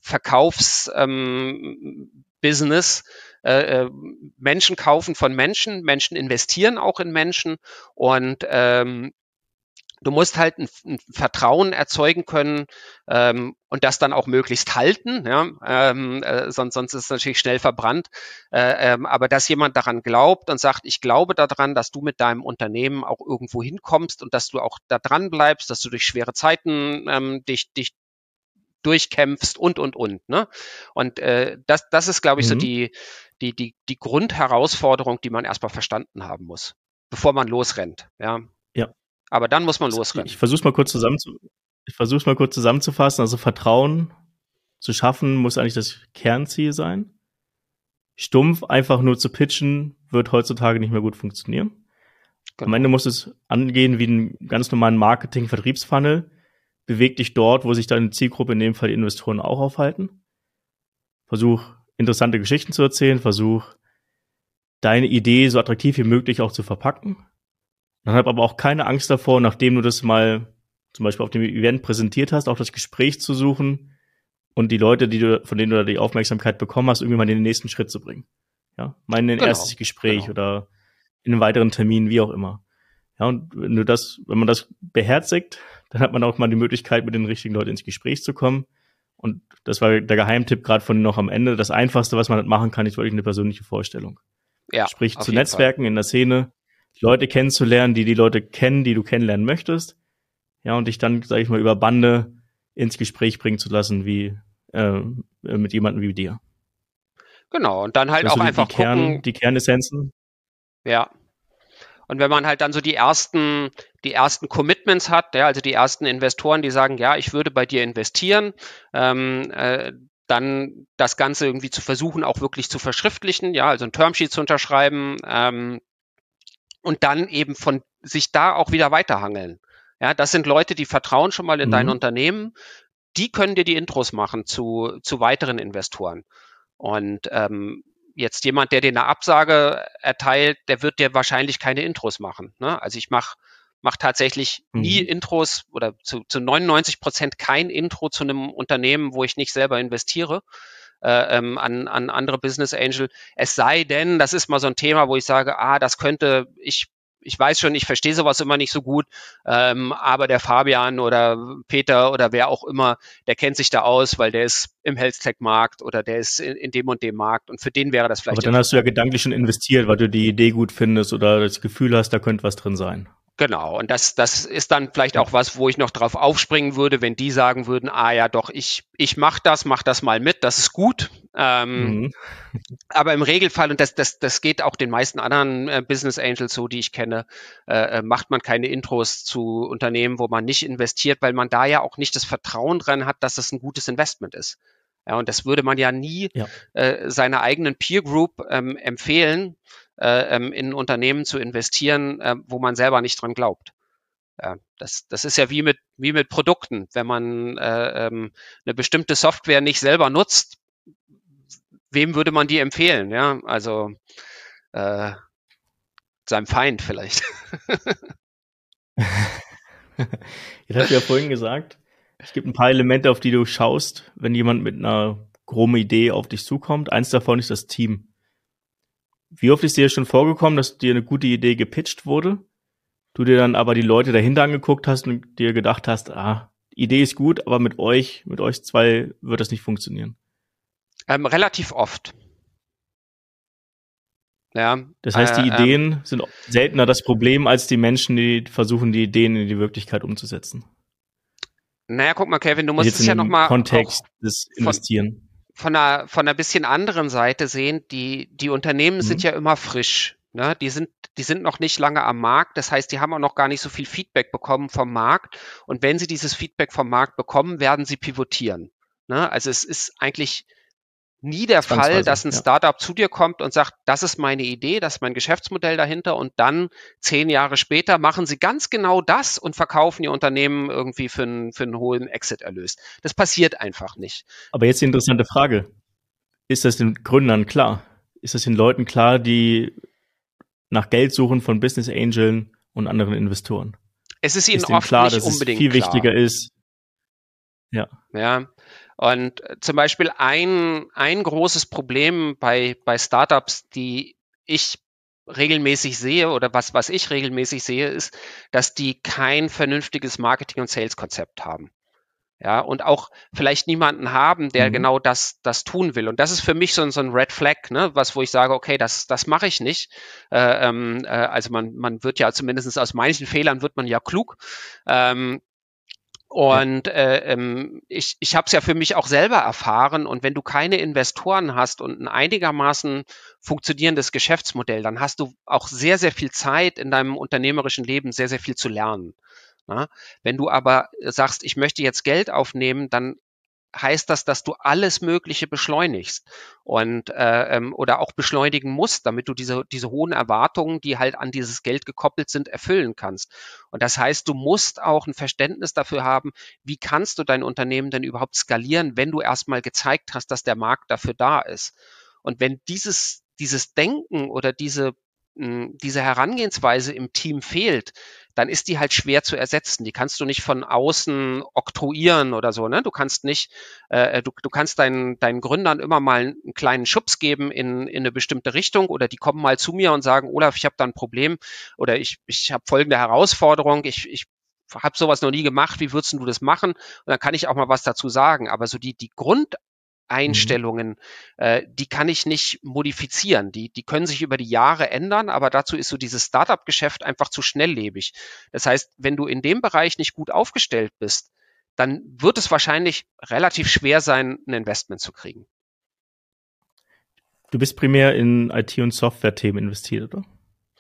Speaker 2: Verkaufsbusiness. Menschen kaufen von Menschen, Menschen investieren auch in Menschen, und du musst halt ein Vertrauen erzeugen können und das dann auch möglichst halten, ja? Sonst ist es natürlich schnell verbrannt. Aber dass jemand daran glaubt und sagt, ich glaube daran, dass du mit deinem Unternehmen auch irgendwo hinkommst und dass du auch da dran bleibst, dass du durch schwere Zeiten dich durchkämpfst und. Ne? Und das ist, glaube ich, so die Grundherausforderung, die man erstmal verstanden haben muss, bevor man losrennt. Ja.
Speaker 1: Ja.
Speaker 2: Aber dann muss man losrennen.
Speaker 1: Ich versuche es mal kurz zusammenzufassen. Also Vertrauen zu schaffen muss eigentlich das Kernziel sein. Stumpf einfach nur zu pitchen wird heutzutage nicht mehr gut funktionieren. Genau. Am Ende muss es angehen wie einen ganz normalen Marketing-Vertriebsfunnel. Beweg dich dort, wo sich deine Zielgruppe, in dem Fall die Investoren, auch aufhalten. Versuch, interessante Geschichten zu erzählen. Versuch, deine Idee so attraktiv wie möglich auch zu verpacken. Dann hab aber auch keine Angst davor, nachdem du das mal zum Beispiel auf dem Event präsentiert hast, auch das Gespräch zu suchen und die Leute, von denen du da die Aufmerksamkeit bekommen hast, irgendwie mal in den nächsten Schritt zu bringen. Ja, mal in ein erstes Gespräch oder in einen weiteren Termin, wie auch immer. Ja, und wenn man das beherzigt, dann hat man auch mal die Möglichkeit, mit den richtigen Leuten ins Gespräch zu kommen. Und das war der Geheimtipp gerade von noch am Ende. Das Einfachste, was man halt machen kann, ist wirklich eine persönliche Vorstellung. Ja, sprich zu Netzwerken in der Szene, Leute kennenzulernen, die Leute kennen, die du kennenlernen möchtest. Ja, und dich dann, sage ich mal, über Bande ins Gespräch bringen zu lassen, wie mit jemandem wie dir.
Speaker 2: Genau, und dann halt auch einfach gucken.
Speaker 1: Die Kernessenzen.
Speaker 2: Ja. Und wenn man halt dann so die ersten Commitments hat, ja, also die ersten Investoren, die sagen, ja, ich würde bei dir investieren, dann das Ganze irgendwie zu versuchen, auch wirklich zu verschriftlichen, ja, also ein Termsheet zu unterschreiben, und dann eben von sich da auch wieder weiterhangeln. Ja, das sind Leute, die vertrauen schon mal in dein Unternehmen, die können dir die Intros machen zu weiteren Investoren. Und jetzt jemand, der dir eine Absage erteilt, der wird dir wahrscheinlich keine Intros machen. Ne? Also ich mach tatsächlich nie Intros oder zu 99% kein Intro zu einem Unternehmen, wo ich nicht selber investiere. An andere Business Angel. Es sei denn, das ist mal so ein Thema, wo ich sage, das könnte, ich weiß schon, ich verstehe sowas immer nicht so gut, aber der Fabian oder Peter oder wer auch immer, der kennt sich da aus, weil der ist im Health-Tech-Markt oder der ist in dem und dem Markt, und für den wäre das vielleicht.
Speaker 1: Aber dann hast du ja gedanklich schon investiert, weil du die Idee gut findest oder das Gefühl hast, da könnte was drin sein.
Speaker 2: Genau, und das ist dann vielleicht auch was, wo ich noch drauf aufspringen würde, wenn die sagen würden, ja doch, ich mach das mal mit, das ist gut. Aber im Regelfall, und das geht auch den meisten anderen Business Angels so, die ich kenne, macht man keine Intros zu Unternehmen, wo man nicht investiert, weil man da ja auch nicht das Vertrauen dran hat, dass das ein gutes Investment ist. Ja, und das würde man ja nie seiner eigenen Peer Group empfehlen, in Unternehmen zu investieren, wo man selber nicht dran glaubt. Ja, das ist ja wie mit Produkten. Wenn man eine bestimmte Software nicht selber nutzt, wem würde man die empfehlen? Ja, also seinem Feind vielleicht.
Speaker 1: Jetzt hast du ja vorhin gesagt, es gibt ein paar Elemente, auf die du schaust, wenn jemand mit einer groben Idee auf dich zukommt. Eins davon ist das Team. Wie oft ist dir schon vorgekommen, dass dir eine gute Idee gepitcht wurde, du dir dann aber die Leute dahinter angeguckt hast und dir gedacht hast, die Idee ist gut, aber mit euch zwei wird das nicht funktionieren?
Speaker 2: Relativ oft. Ja,
Speaker 1: Das heißt, die Ideen sind seltener das Problem als die Menschen, die versuchen, die Ideen in die Wirklichkeit umzusetzen.
Speaker 2: Naja, guck mal, Kevin, du musst
Speaker 1: Jetzt
Speaker 2: es ja
Speaker 1: in dem
Speaker 2: nochmal
Speaker 1: Kontext des Investieren.
Speaker 2: Von einer bisschen anderen Seite sehen. Die Unternehmen sind ja immer frisch. Ne? Die sind noch nicht lange am Markt. Das heißt, die haben auch noch gar nicht so viel Feedback bekommen vom Markt. Und wenn sie dieses Feedback vom Markt bekommen, werden sie pivotieren. Ne? Also es ist eigentlich nie der Fall, dass ein Startup zu dir kommt und sagt, das ist meine Idee, das ist mein Geschäftsmodell dahinter, und dann 10 Jahre später machen sie ganz genau das und verkaufen ihr Unternehmen irgendwie für einen hohen Exit-Erlös. Das passiert einfach nicht.
Speaker 1: Aber jetzt die interessante Frage. Ist das den Gründern klar? Ist das den Leuten klar, die nach Geld suchen von Business Angeln und anderen Investoren?
Speaker 2: Es ist ihnen oft klar, nicht dass unbedingt
Speaker 1: es viel wichtiger ist.
Speaker 2: Ja. Und zum Beispiel ein großes Problem bei Startups, die ich regelmäßig sehe oder was ich regelmäßig sehe, ist, dass die kein vernünftiges Marketing- und Sales-Konzept haben. Ja, und auch vielleicht niemanden haben, der genau das tun will. Und das ist für mich so ein Red Flag, ne, wo ich sage, okay, das mache ich nicht. Also man wird ja zumindest aus manchen Fehlern wird man ja klug. Ich habe es ja für mich auch selber erfahren, und wenn du keine Investoren hast und ein einigermaßen funktionierendes Geschäftsmodell, dann hast du auch sehr, sehr viel Zeit in deinem unternehmerischen Leben, sehr, sehr viel zu lernen. Na? Wenn du aber sagst, ich möchte jetzt Geld aufnehmen, dann heißt das, dass du alles Mögliche beschleunigst und oder auch beschleunigen musst, damit du diese hohen Erwartungen, die halt an dieses Geld gekoppelt sind, erfüllen kannst. Und das heißt, du musst auch ein Verständnis dafür haben, wie kannst du dein Unternehmen denn überhaupt skalieren, wenn du erstmal gezeigt hast, dass der Markt dafür da ist. Und wenn dieses Denken oder diese Herangehensweise im Team fehlt, dann ist die halt schwer zu ersetzen. Die kannst du nicht von außen oktroyieren oder so. Ne? Du kannst nicht, du kannst deinen Gründern immer mal einen kleinen Schubs geben in eine bestimmte Richtung, oder die kommen mal zu mir und sagen, Olaf, ich habe da ein Problem oder ich habe folgende Herausforderung, ich habe sowas noch nie gemacht, wie würdest du das machen? Und dann kann ich auch mal was dazu sagen. Aber so die Grundeinstellungen, die kann ich nicht modifizieren. Die können sich über die Jahre ändern, aber dazu ist so dieses Startup-Geschäft einfach zu schnelllebig. Das heißt, wenn du in dem Bereich nicht gut aufgestellt bist, dann wird es wahrscheinlich relativ schwer sein, ein Investment zu kriegen.
Speaker 1: Du bist primär in IT- und Software-Themen investiert, oder?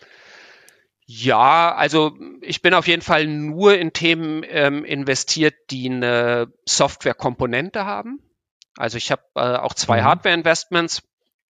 Speaker 2: Ja, also ich bin auf jeden Fall nur in Themen investiert, die eine Software-Komponente haben. Also ich habe auch 2 Hardware-Investments,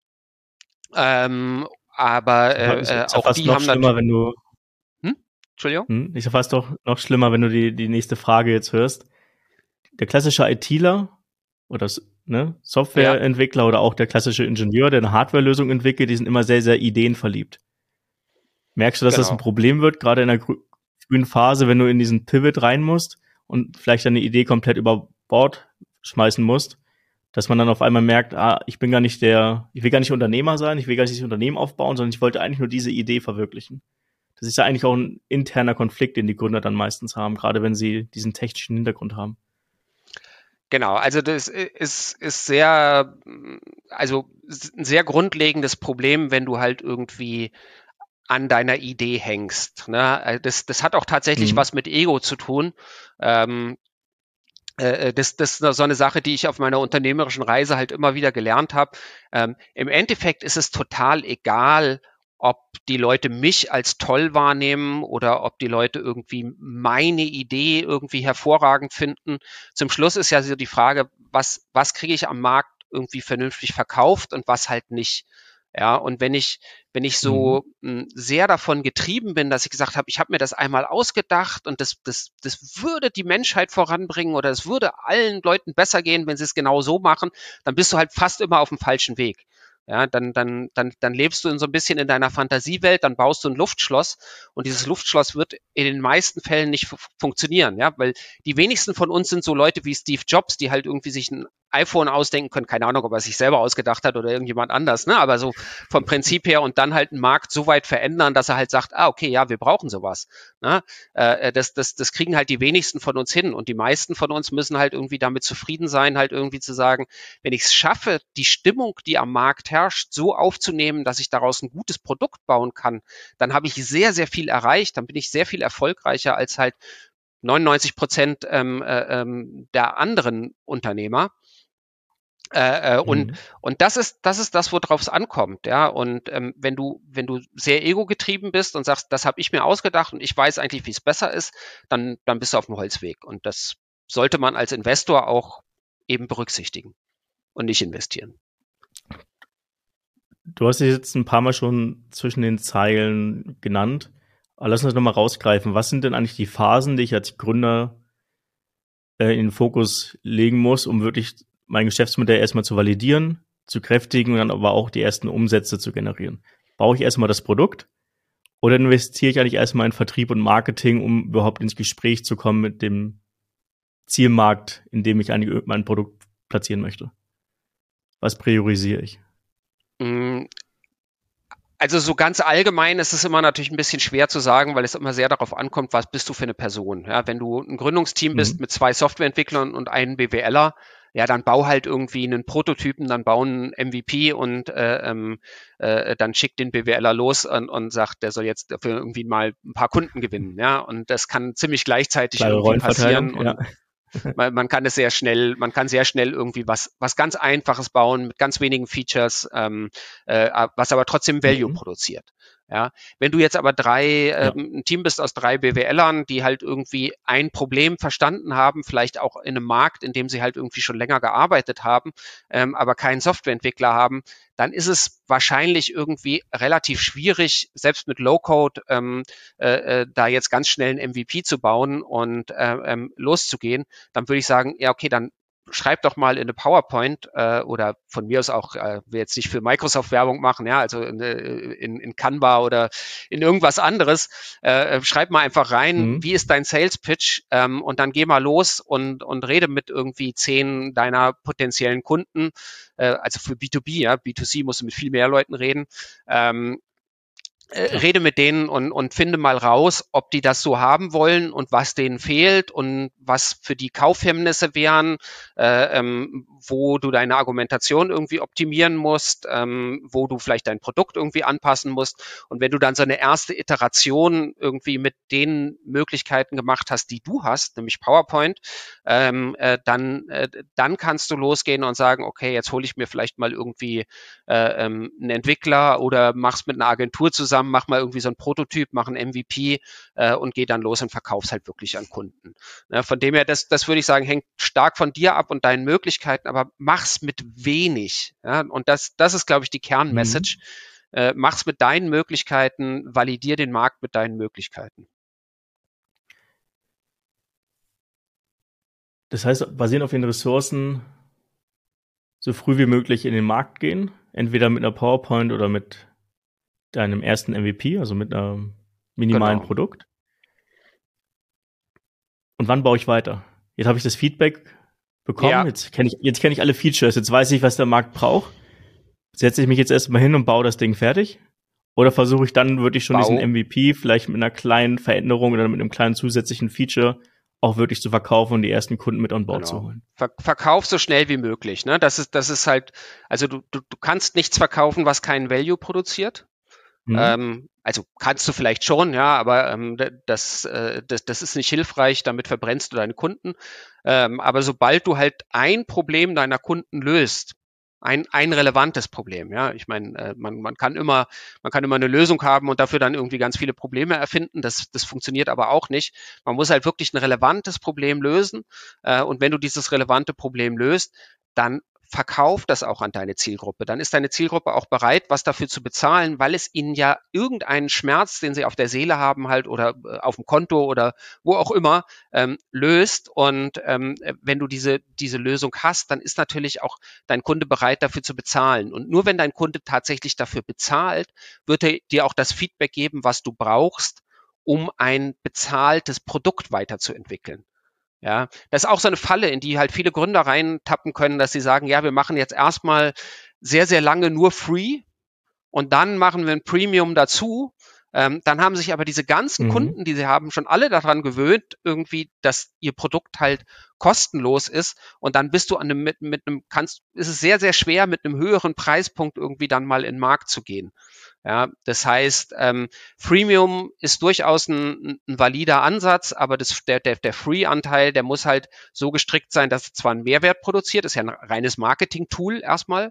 Speaker 2: aber auch die haben
Speaker 1: schlimmer, wenn du
Speaker 2: Entschuldigung?
Speaker 1: Ist ja fast doch noch schlimmer, wenn du die nächste Frage jetzt hörst. Der klassische ITler oder Softwareentwickler oder auch der klassische Ingenieur, der eine Hardwarelösung entwickelt, die sind immer sehr, sehr ideenverliebt. Merkst du, dass das ein Problem wird, gerade in der frühen Phase, wenn du in diesen Pivot rein musst und vielleicht deine Idee komplett über Bord schmeißen musst, dass man dann auf einmal merkt, ich will gar nicht Unternehmer sein, ich will gar nicht das Unternehmen aufbauen, sondern ich wollte eigentlich nur diese Idee verwirklichen. Das ist ja eigentlich auch ein interner Konflikt, den die Gründer dann meistens haben, gerade wenn sie diesen technischen Hintergrund haben.
Speaker 2: Genau, also das ist ein sehr grundlegendes Problem, wenn du halt irgendwie an deiner Idee hängst. Ne? Das hat auch tatsächlich was mit Ego zu tun. Das ist so eine Sache, die ich auf meiner unternehmerischen Reise halt immer wieder gelernt habe. Im Endeffekt ist es total egal, ob die Leute mich als toll wahrnehmen oder ob die Leute irgendwie meine Idee irgendwie hervorragend finden. Zum Schluss ist ja so die Frage, was kriege ich am Markt irgendwie vernünftig verkauft und was halt nicht. Ja, und wenn ich so sehr davon getrieben bin, dass ich gesagt habe, ich habe mir das einmal ausgedacht und das würde die Menschheit voranbringen oder es würde allen Leuten besser gehen, wenn sie es genau so machen, dann bist du halt fast immer auf dem falschen Weg. Ja, dann lebst du in so ein bisschen in deiner Fantasiewelt, dann baust du ein Luftschloss und dieses Luftschloss wird in den meisten Fällen nicht funktionieren, ja, weil die wenigsten von uns sind so Leute wie Steve Jobs, die halt irgendwie sich ein iPhone ausdenken können. Keine Ahnung, ob er sich selber ausgedacht hat oder irgendjemand anders, ne? Aber so vom Prinzip her und dann halt einen Markt so weit verändern, dass er halt sagt, okay, ja, wir brauchen sowas. Ne? Das kriegen halt die wenigsten von uns hin und die meisten von uns müssen halt irgendwie damit zufrieden sein, halt irgendwie zu sagen, wenn ich es schaffe, die Stimmung, die am Markt herrscht, so aufzunehmen, dass ich daraus ein gutes Produkt bauen kann, dann habe ich sehr, sehr viel erreicht, dann bin ich sehr viel erfolgreicher als halt 99% der anderen Unternehmer. Und das ist das, worauf es ankommt, ja. Und wenn du sehr ego-getrieben bist und sagst, das habe ich mir ausgedacht und ich weiß eigentlich, wie es besser ist, dann bist du auf dem Holzweg. Und das sollte man als Investor auch eben berücksichtigen und nicht investieren.
Speaker 1: Du hast dich jetzt ein paar Mal schon zwischen den Zeilen genannt. Aber lass uns nochmal rausgreifen. Was sind denn eigentlich die Phasen, die ich als Gründer in den Fokus legen muss, um wirklich mein Geschäftsmodell erstmal zu validieren, zu kräftigen und dann aber auch die ersten Umsätze zu generieren? Brauche ich erstmal das Produkt oder investiere ich eigentlich erstmal in Vertrieb und Marketing, um überhaupt ins Gespräch zu kommen mit dem Zielmarkt, in dem ich eigentlich mein Produkt platzieren möchte? Was priorisiere ich?
Speaker 2: Also so ganz allgemein ist es immer natürlich ein bisschen schwer zu sagen, weil es immer sehr darauf ankommt, was bist du für eine Person. Ja, wenn du ein Gründungsteam bist mit 2 Softwareentwicklern und einem BWLer, ja, dann bau halt irgendwie einen Prototypen, dann bau einen MVP und dann schickt den BWLer los und sagt, der soll jetzt dafür irgendwie mal ein paar Kunden gewinnen. Ja, und das kann ziemlich gleichlich
Speaker 1: Klare
Speaker 2: irgendwie passieren.
Speaker 1: Rollenverteilung,
Speaker 2: Und man kann sehr schnell irgendwie was ganz Einfaches bauen mit ganz wenigen Features, was aber trotzdem Value produziert. Ja, wenn du jetzt aber ein Team bist aus 3 BWLern, die halt irgendwie ein Problem verstanden haben, vielleicht auch in einem Markt, in dem sie halt irgendwie schon länger gearbeitet haben, aber keinen Softwareentwickler haben, dann ist es wahrscheinlich irgendwie relativ schwierig, selbst mit Low-Code da jetzt ganz schnell ein MVP zu bauen und loszugehen. Dann würde ich sagen, ja, okay, dann schreib doch mal in eine PowerPoint oder von mir aus auch, will jetzt nicht für Microsoft Werbung machen, ja, also in Canva oder in irgendwas anderes, schreib mal einfach rein, wie ist dein Sales Pitch und dann geh mal los und rede mit irgendwie 10 deiner potenziellen Kunden, also für B2B, ja, B2C musst du mit viel mehr Leuten reden, rede mit denen und finde mal raus, ob die das so haben wollen und was denen fehlt und was für die Kaufhemmnisse wären, wo du deine Argumentation irgendwie optimieren musst, wo du vielleicht dein Produkt irgendwie anpassen musst. Und wenn du dann so eine erste Iteration irgendwie mit den Möglichkeiten gemacht hast, die du hast, nämlich PowerPoint, dann kannst du losgehen und sagen, okay, jetzt hole ich mir vielleicht mal irgendwie einen Entwickler oder mach's mit einer Agentur zusammen, mach mal irgendwie so ein Prototyp, mach ein MVP und geh dann los und verkauf's halt wirklich an Kunden. Von dem her, das würde ich sagen, hängt stark von dir ab und deinen Möglichkeiten, aber mach's mit wenig. Ja? Und das ist, glaube ich, die Kernmessage. Mach's mit deinen Möglichkeiten, validier den Markt mit deinen Möglichkeiten.
Speaker 1: Das heißt, basierend auf den Ressourcen so früh wie möglich in den Markt gehen, entweder mit einer PowerPoint oder mit deinem ersten MVP, also mit einem minimalen Produkt. Und wann baue ich weiter? Jetzt habe ich das Feedback bekommen, ja. Jetzt kenn ich alle Features, jetzt weiß ich, was der Markt braucht. Setze ich mich jetzt erstmal hin und baue das Ding fertig? Oder versuche ich dann wirklich schon diesen MVP vielleicht mit einer kleinen Veränderung oder mit einem kleinen zusätzlichen Feature auch wirklich zu verkaufen und die ersten Kunden mit on board zu holen?
Speaker 2: Verkauf so schnell wie möglich. Ne? Das ist halt, also du kannst nichts verkaufen, was keinen Value produziert. Also kannst du vielleicht schon, ja, aber das ist nicht hilfreich, damit verbrennst du deine Kunden. Aber sobald du halt ein Problem deiner Kunden löst, ein relevantes Problem, ja, ich meine, man kann immer eine Lösung haben und dafür dann irgendwie ganz viele Probleme erfinden, das funktioniert aber auch nicht. Man muss halt wirklich ein relevantes Problem lösen und wenn du dieses relevante Problem löst, dann verkauf das auch an deine Zielgruppe. Dann ist deine Zielgruppe auch bereit, was dafür zu bezahlen, weil es ihnen ja irgendeinen Schmerz, den sie auf der Seele haben halt oder auf dem Konto oder wo auch immer, löst. Und wenn du diese Lösung hast, dann ist natürlich auch dein Kunde bereit, dafür zu bezahlen. Und nur wenn dein Kunde tatsächlich dafür bezahlt, wird er dir auch das Feedback geben, was du brauchst, um ein bezahltes Produkt weiterzuentwickeln. Ja, das ist auch so eine Falle, in die halt viele Gründer reintappen können, dass sie sagen, ja, wir machen jetzt erstmal sehr, sehr lange nur Free und dann machen wir ein Premium dazu. Dann haben sich aber diese ganzen Kunden, die sie haben, schon alle daran gewöhnt, irgendwie, dass ihr Produkt halt kostenlos ist. Und dann bist du ist es sehr, sehr schwer, mit einem höheren Preispunkt irgendwie dann mal in den Markt zu gehen. Ja, das heißt, Freemium ist durchaus ein valider Ansatz, aber der Free-Anteil, der muss halt so gestrickt sein, dass es zwar einen Mehrwert produziert, ist ja ein reines Marketing-Tool erstmal,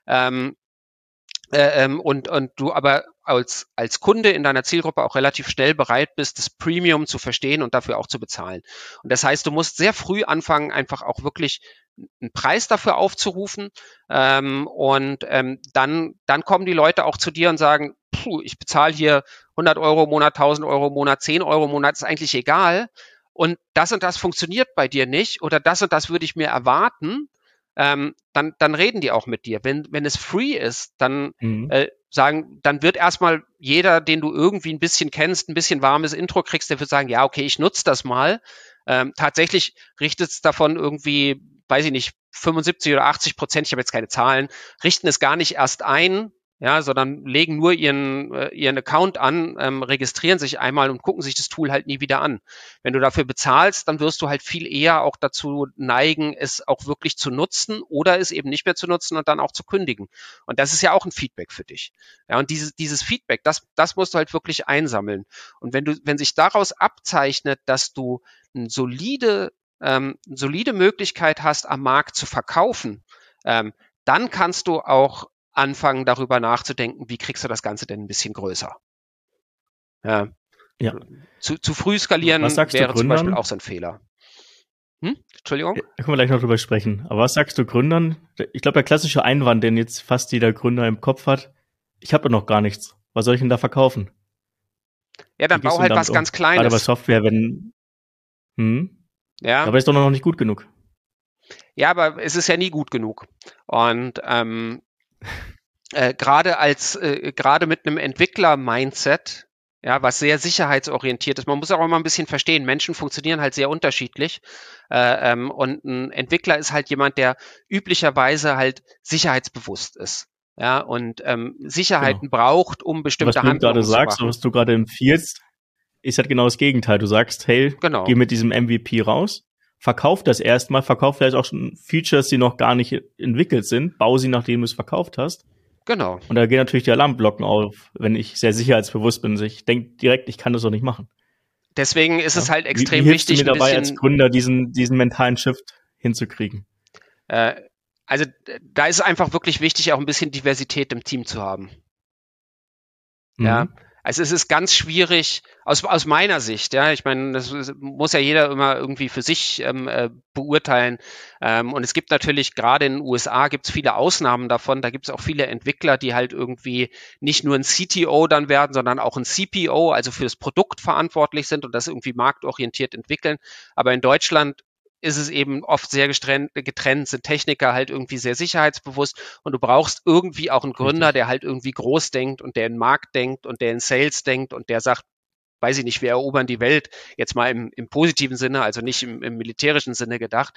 Speaker 2: und du aber als Kunde in deiner Zielgruppe auch relativ schnell bereit bist, das Premium zu verstehen und dafür auch zu bezahlen. Und das heißt, du musst sehr früh anfangen, einfach auch wirklich einen Preis dafür aufzurufen. Dann kommen die Leute auch zu dir und sagen, ich bezahle hier 100 Euro im Monat, 1000 Euro im Monat, 10 Euro im Monat, ist eigentlich egal. Und das funktioniert bei dir nicht oder das und das würde ich mir erwarten. Dann reden die auch mit dir. Wenn es free ist, dann dann wird erstmal jeder, den du irgendwie ein bisschen kennst, ein bisschen warmes Intro kriegst, der wird sagen, ja, okay, ich nutze das mal. Tatsächlich richtet es davon irgendwie, weiß ich nicht, 75 oder 80%, ich habe jetzt keine Zahlen, richten es gar nicht erst ein, ja, sondern legen nur ihren Account an, registrieren sich einmal und gucken sich das Tool halt nie wieder an. Wenn du dafür bezahlst, dann wirst du halt viel eher auch dazu neigen, es auch wirklich zu nutzen oder es eben nicht mehr zu nutzen und dann auch zu kündigen. Und das ist ja auch ein Feedback für dich. Ja, und dieses Feedback, das musst du halt wirklich einsammeln. Und wenn sich daraus abzeichnet, dass du eine solide Möglichkeit hast, am Markt zu verkaufen, dann kannst du auch anfangen, darüber nachzudenken, wie kriegst du das Ganze denn ein bisschen größer. Ja.
Speaker 1: Ja.
Speaker 2: Zu früh skalieren wäre zum Beispiel auch so ein Fehler. Entschuldigung?
Speaker 1: Da können wir gleich noch drüber sprechen. Aber was sagst du Gründern? Ich glaube, der klassische Einwand, den jetzt fast jeder Gründer im Kopf hat, ich habe doch noch gar nichts. Was soll ich denn da verkaufen?
Speaker 2: Ja, dann bau halt was ganz Kleines.
Speaker 1: Gerade bei Software,
Speaker 2: Ja.
Speaker 1: Aber ist doch noch nicht gut genug.
Speaker 2: Ja, aber es ist ja nie gut genug. Und gerade mit einem Entwickler-Mindset, ja, was sehr sicherheitsorientiert ist. Man muss auch immer ein bisschen verstehen, Menschen funktionieren halt sehr unterschiedlich. Und ein Entwickler ist halt jemand, der üblicherweise halt sicherheitsbewusst ist. Ja, und Sicherheiten braucht, um bestimmte Handlungen zu machen.
Speaker 1: Was du gerade sagst, was du gerade empfiehlst, ist halt genau das Gegenteil. Du sagst, hey, Geh mit diesem MVP raus, verkauf das erstmal, verkauf vielleicht auch schon Features, die noch gar nicht entwickelt sind, bau sie, nachdem du es verkauft hast.
Speaker 2: Genau.
Speaker 1: Und da gehen natürlich die Alarmglocken auf, wenn ich sehr sicherheitsbewusst bin. Ich denke direkt, ich kann das doch nicht machen.
Speaker 2: Deswegen ist es halt extrem
Speaker 1: wie
Speaker 2: wichtig,
Speaker 1: du mir dabei als Gründer diesen mentalen Shift hinzukriegen?
Speaker 2: Also da ist es einfach wirklich wichtig, auch ein bisschen Diversität im Team zu haben. Ja. Also es ist ganz schwierig, aus meiner Sicht, ja, ich meine, das muss ja jeder immer irgendwie für sich beurteilen. Und es gibt natürlich, gerade in den USA gibt es viele Ausnahmen davon, da gibt es auch viele Entwickler, die halt irgendwie nicht nur ein CTO dann werden, sondern auch ein CPO, also für das Produkt verantwortlich sind und das irgendwie marktorientiert entwickeln. Aber in Deutschland ist es eben oft sehr getrennt, sind Techniker halt irgendwie sehr sicherheitsbewusst und du brauchst irgendwie auch einen Gründer, der halt irgendwie groß denkt und der in Markt denkt und der in Sales denkt und der sagt, weiß ich nicht, wir erobern die Welt, jetzt mal im positiven Sinne, also nicht im militärischen Sinne gedacht.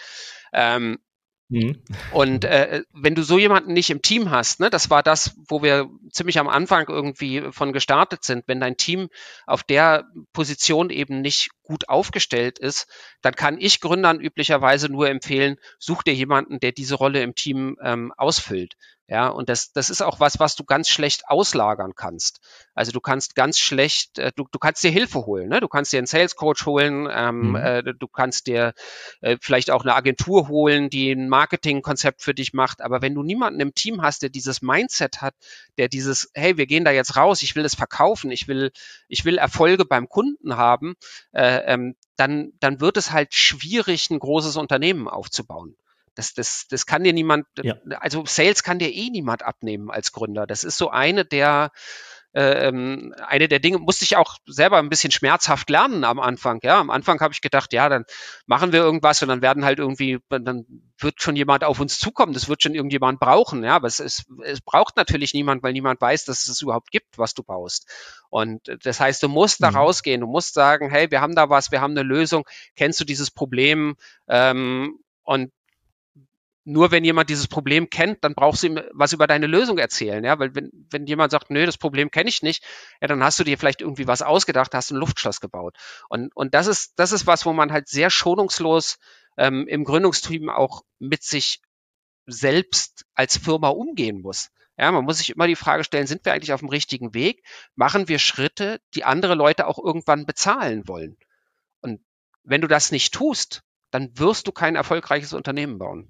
Speaker 2: Und wenn du so jemanden nicht im Team hast, ne, das war das, wo wir ziemlich am Anfang irgendwie von gestartet sind, wenn dein Team auf der Position eben nicht gut aufgestellt ist, dann kann ich Gründern üblicherweise nur empfehlen, such dir jemanden, der diese Rolle im Team ausfüllt. Ja, und das ist auch was du ganz schlecht auslagern kannst. Also du kannst ganz schlecht, du kannst dir Hilfe holen, ne? Du kannst dir einen Sales Coach holen, du kannst dir vielleicht auch eine Agentur holen, die ein Marketingkonzept für dich macht. Aber wenn du niemanden im Team hast, der dieses Mindset hat, der dieses, hey, wir gehen da jetzt raus, ich will es verkaufen, ich will Erfolge beim Kunden haben, dann wird es halt schwierig, ein großes Unternehmen aufzubauen. Das kann dir niemand, also Sales kann dir niemand abnehmen als Gründer. Das ist so eine der eine der Dinge, musste ich auch selber ein bisschen schmerzhaft lernen am Anfang. Ja, am Anfang habe ich gedacht, ja, dann machen wir irgendwas und dann dann wird schon jemand auf uns zukommen, das wird schon irgendjemand brauchen. Ja, aber es braucht natürlich niemand, weil niemand weiß, dass es überhaupt gibt, was du baust. Und das heißt, du musst da rausgehen, du musst sagen, hey, wir haben da was, wir haben eine Lösung, kennst du dieses Problem? Und nur wenn jemand dieses Problem kennt, dann brauchst du ihm was über deine Lösung erzählen, ja, weil wenn jemand sagt, nö, das Problem kenne ich nicht, ja, dann hast du dir vielleicht irgendwie was ausgedacht, hast ein Luftschloss gebaut. Und das ist was, wo man halt sehr schonungslos im Gründungsteam auch mit sich selbst als Firma umgehen muss. Ja, man muss sich immer die Frage stellen, sind wir eigentlich auf dem richtigen Weg? Machen wir Schritte, die andere Leute auch irgendwann bezahlen wollen? Und wenn du das nicht tust, dann wirst du kein erfolgreiches Unternehmen bauen.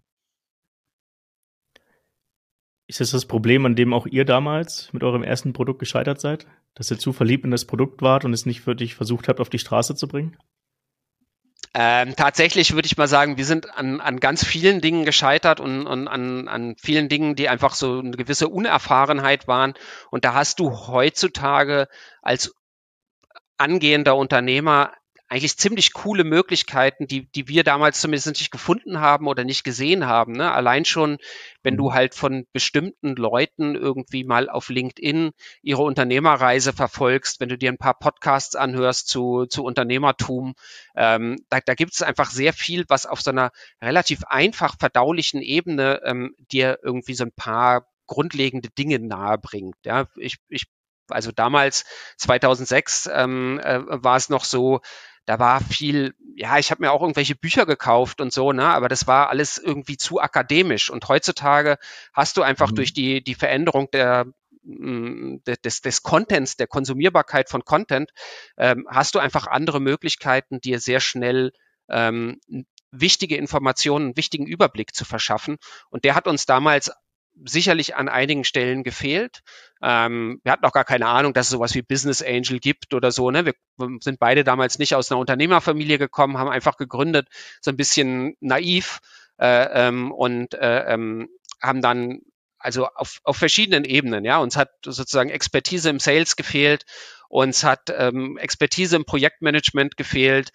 Speaker 1: Ist das Problem, an dem auch ihr damals mit eurem ersten Produkt gescheitert seid? Dass ihr zu verliebt in das Produkt wart und es nicht wirklich versucht habt, auf die Straße zu bringen?
Speaker 2: Tatsächlich würde ich mal sagen, wir sind an ganz vielen Dingen gescheitert und an vielen Dingen, die einfach so eine gewisse Unerfahrenheit waren. Und da hast du heutzutage als angehender Unternehmer eigentlich ziemlich coole Möglichkeiten, die wir damals zumindest nicht gefunden haben oder nicht gesehen haben. Ne? Allein schon, wenn du halt von bestimmten Leuten irgendwie mal auf LinkedIn ihre Unternehmerreise verfolgst, wenn du dir ein paar Podcasts anhörst zu Unternehmertum, da gibt es einfach sehr viel, was auf so einer relativ einfach verdaulichen Ebene dir irgendwie so ein paar grundlegende Dinge nahe bringt. Ja, also damals 2006 war es noch so, da war viel, ja, ich habe mir auch irgendwelche Bücher gekauft und so, ne, aber das war alles irgendwie zu akademisch. Und heutzutage hast du einfach durch die Veränderung des Contents, der Konsumierbarkeit von Content, hast du einfach andere Möglichkeiten, dir sehr schnell wichtige Informationen, einen wichtigen Überblick zu verschaffen. Und der hat uns damals sicherlich an einigen Stellen gefehlt. Wir hatten auch gar keine Ahnung, dass es sowas wie Business Angel gibt oder so. Ne? Wir sind beide damals nicht aus einer Unternehmerfamilie gekommen, haben einfach gegründet, so ein bisschen naiv haben dann also auf verschiedenen Ebenen, ja, uns hat sozusagen Expertise im Sales gefehlt, uns hat Expertise im Projektmanagement gefehlt,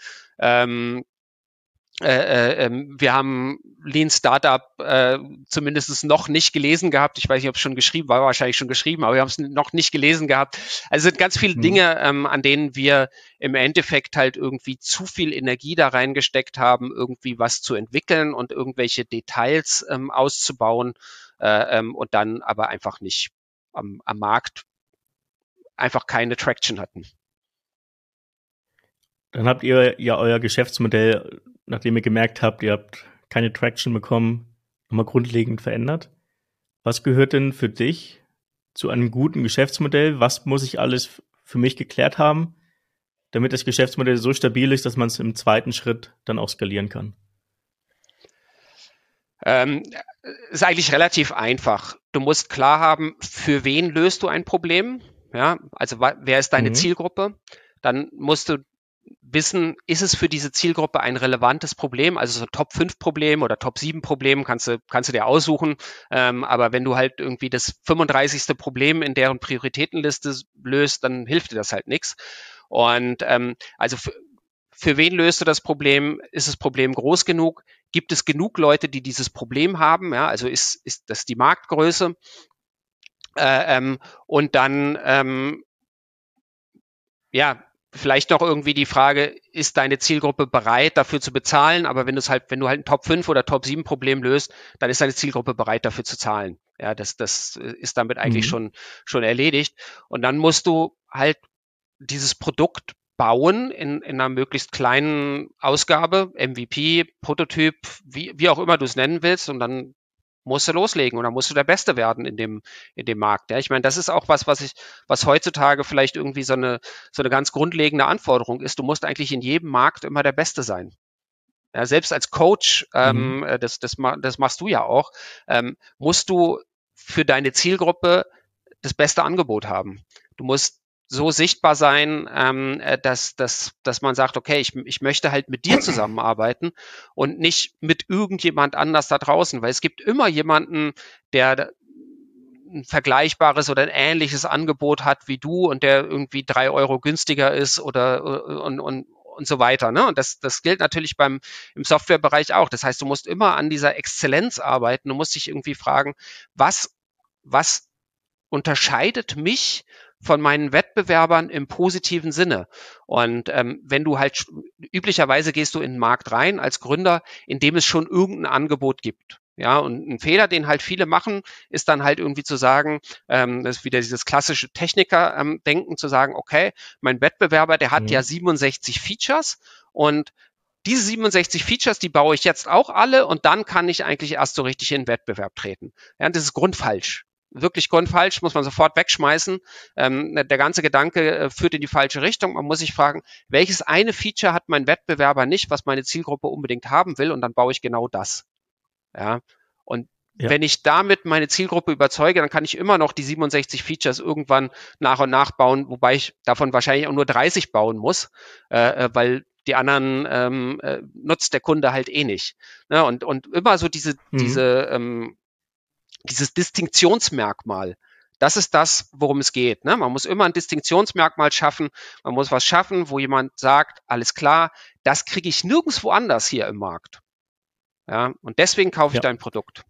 Speaker 2: wir haben Lean Startup zumindest noch nicht gelesen gehabt. Ich weiß nicht, ob es schon geschrieben war, wahrscheinlich schon geschrieben, aber wir haben es noch nicht gelesen gehabt. Also es sind ganz viele Dinge, an denen wir im Endeffekt halt irgendwie zu viel Energie da reingesteckt haben, irgendwie was zu entwickeln und irgendwelche Details auszubauen und dann aber einfach nicht am Markt einfach keine Traction hatten.
Speaker 1: Dann habt ihr ja euer Geschäftsmodell, nachdem ihr gemerkt habt, ihr habt keine Traction bekommen, nochmal grundlegend verändert. Was gehört denn für dich zu einem guten Geschäftsmodell? Was muss ich alles für mich geklärt haben, damit das Geschäftsmodell so stabil ist, dass man es im zweiten Schritt dann auch skalieren kann?
Speaker 2: Ist eigentlich relativ einfach. Du musst klar haben, für wen löst du ein Problem? Ja, also wer ist deine Zielgruppe? Dann musst du wissen, ist es für diese Zielgruppe ein relevantes Problem, also so ein Top-5-Problem oder Top-7-Problem kannst du dir aussuchen, aber wenn du halt irgendwie das 35. Problem in deren Prioritätenliste löst, dann hilft dir das halt nichts. Und also für wen löst du das Problem? Ist das Problem groß genug? Gibt es genug Leute, die dieses Problem haben? Ja, also ist das die Marktgröße? Und dann ja, vielleicht noch irgendwie die Frage, ist deine Zielgruppe bereit, dafür zu bezahlen? Aber wenn du halt ein Top 5 oder Top 7 Problem löst, dann ist deine Zielgruppe bereit, dafür zu zahlen. Ja, das ist damit eigentlich schon erledigt. Und dann musst du halt dieses Produkt bauen in einer möglichst kleinen Ausgabe, MVP, Prototyp, wie auch immer du es nennen willst. Und dann musst du loslegen und dann musst du der Beste werden in dem Markt. Ja, ich meine, das ist auch was heutzutage vielleicht irgendwie so eine ganz grundlegende Anforderung ist. Du musst eigentlich in jedem Markt immer der Beste sein. Ja, selbst als Coach, das machst du ja auch, musst du für deine Zielgruppe das beste Angebot haben. Du musst so sichtbar sein, dass man sagt, okay, ich möchte halt mit dir zusammenarbeiten und nicht mit irgendjemand anders da draußen, weil es gibt immer jemanden, der ein vergleichbares oder ein ähnliches Angebot hat wie du und der irgendwie 3 € günstiger ist und so weiter. Ne? Und das gilt natürlich im Softwarebereich auch. Das heißt, du musst immer an dieser Exzellenz arbeiten. Du musst dich irgendwie fragen, was unterscheidet mich von meinen Wettbewerbern im positiven Sinne. Und wenn du halt, üblicherweise gehst du in den Markt rein als Gründer, in dem es schon irgendein Angebot gibt. Ja, und ein Fehler, den halt viele machen, ist dann halt irgendwie zu sagen, das ist wieder dieses klassische Techniker-Denken, zu sagen, okay, mein Wettbewerber, der hat ja 67 Features und diese 67 Features, die baue ich jetzt auch alle und dann kann ich eigentlich erst so richtig in den Wettbewerb treten. Ja, und das ist grundfalsch. Wirklich grundfalsch, muss man sofort wegschmeißen. Der ganze Gedanke führt in die falsche Richtung. Man muss sich fragen, welches eine Feature hat mein Wettbewerber nicht, was meine Zielgruppe unbedingt haben will, und dann baue ich genau das. Ja, und wenn ich damit meine Zielgruppe überzeuge, dann kann ich immer noch die 67 Features irgendwann nach und nach bauen, wobei ich davon wahrscheinlich auch nur 30 bauen muss, weil die anderen nutzt der Kunde halt eh nicht. Ne? Und immer so dieses Distinktionsmerkmal. Das ist das, worum es geht. Ne? Man muss immer ein Distinktionsmerkmal schaffen. Man muss was schaffen, wo jemand sagt, alles klar, das kriege ich nirgendwo anders hier im Markt. Ja, und deswegen kaufe ich dein Produkt.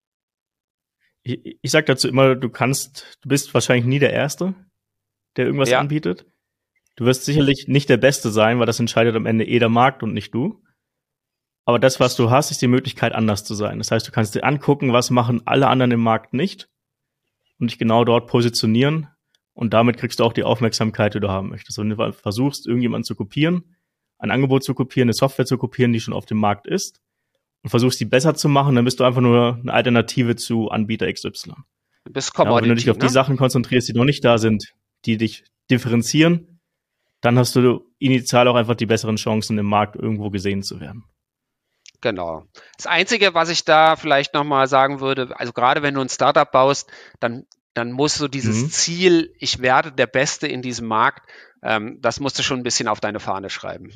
Speaker 1: Ich sage dazu immer, du bist wahrscheinlich nie der Erste, der irgendwas anbietet. Du wirst sicherlich nicht der Beste sein, weil das entscheidet am Ende der Markt und nicht du. Aber das, was du hast, ist die Möglichkeit, anders zu sein. Das heißt, du kannst dir angucken, was machen alle anderen im Markt nicht und dich genau dort positionieren. Und damit kriegst du auch die Aufmerksamkeit, die du haben möchtest. Wenn du versuchst, irgendjemanden zu kopieren, ein Angebot zu kopieren, eine Software zu kopieren, die schon auf dem Markt ist, und versuchst, die besser zu machen, dann bist du einfach nur eine Alternative zu Anbieter XY.
Speaker 2: Du bist Commodity,
Speaker 1: aber wenn du dich auf die Sachen konzentrierst, die noch nicht da sind, die dich differenzieren, dann hast du initial auch einfach die besseren Chancen, im Markt irgendwo gesehen zu werden.
Speaker 2: Genau. Das Einzige, was ich da vielleicht nochmal sagen würde, also gerade wenn du ein Startup baust, dann musst du dieses Ziel, ich werde der Beste in diesem Markt, das musst du schon ein bisschen auf deine Fahne schreiben.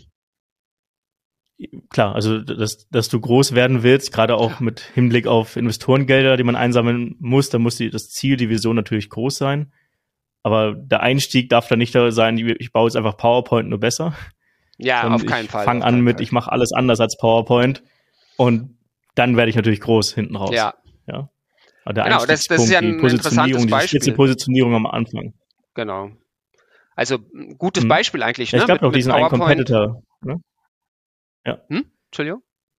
Speaker 1: Klar, also dass du groß werden willst, gerade auch mit Hinblick auf Investorengelder, die man einsammeln muss, da muss das Ziel, die Vision natürlich groß sein. Aber der Einstieg darf da nicht da sein, ich baue jetzt einfach PowerPoint nur besser.
Speaker 2: Ja, auf keinen Fall.
Speaker 1: Ich fange an mit, ich mache alles anders als PowerPoint und dann werde ich natürlich groß hinten raus.
Speaker 2: Ja.
Speaker 1: Aber der Einstiegspunkt, das ist ja ein interessantes Beispiel. Die Positionierung am Anfang.
Speaker 2: Genau. Also ein gutes Beispiel eigentlich.
Speaker 1: Ja, ich glaube noch diesen einen Competitor. Ne? Ja.
Speaker 2: Entschuldigung?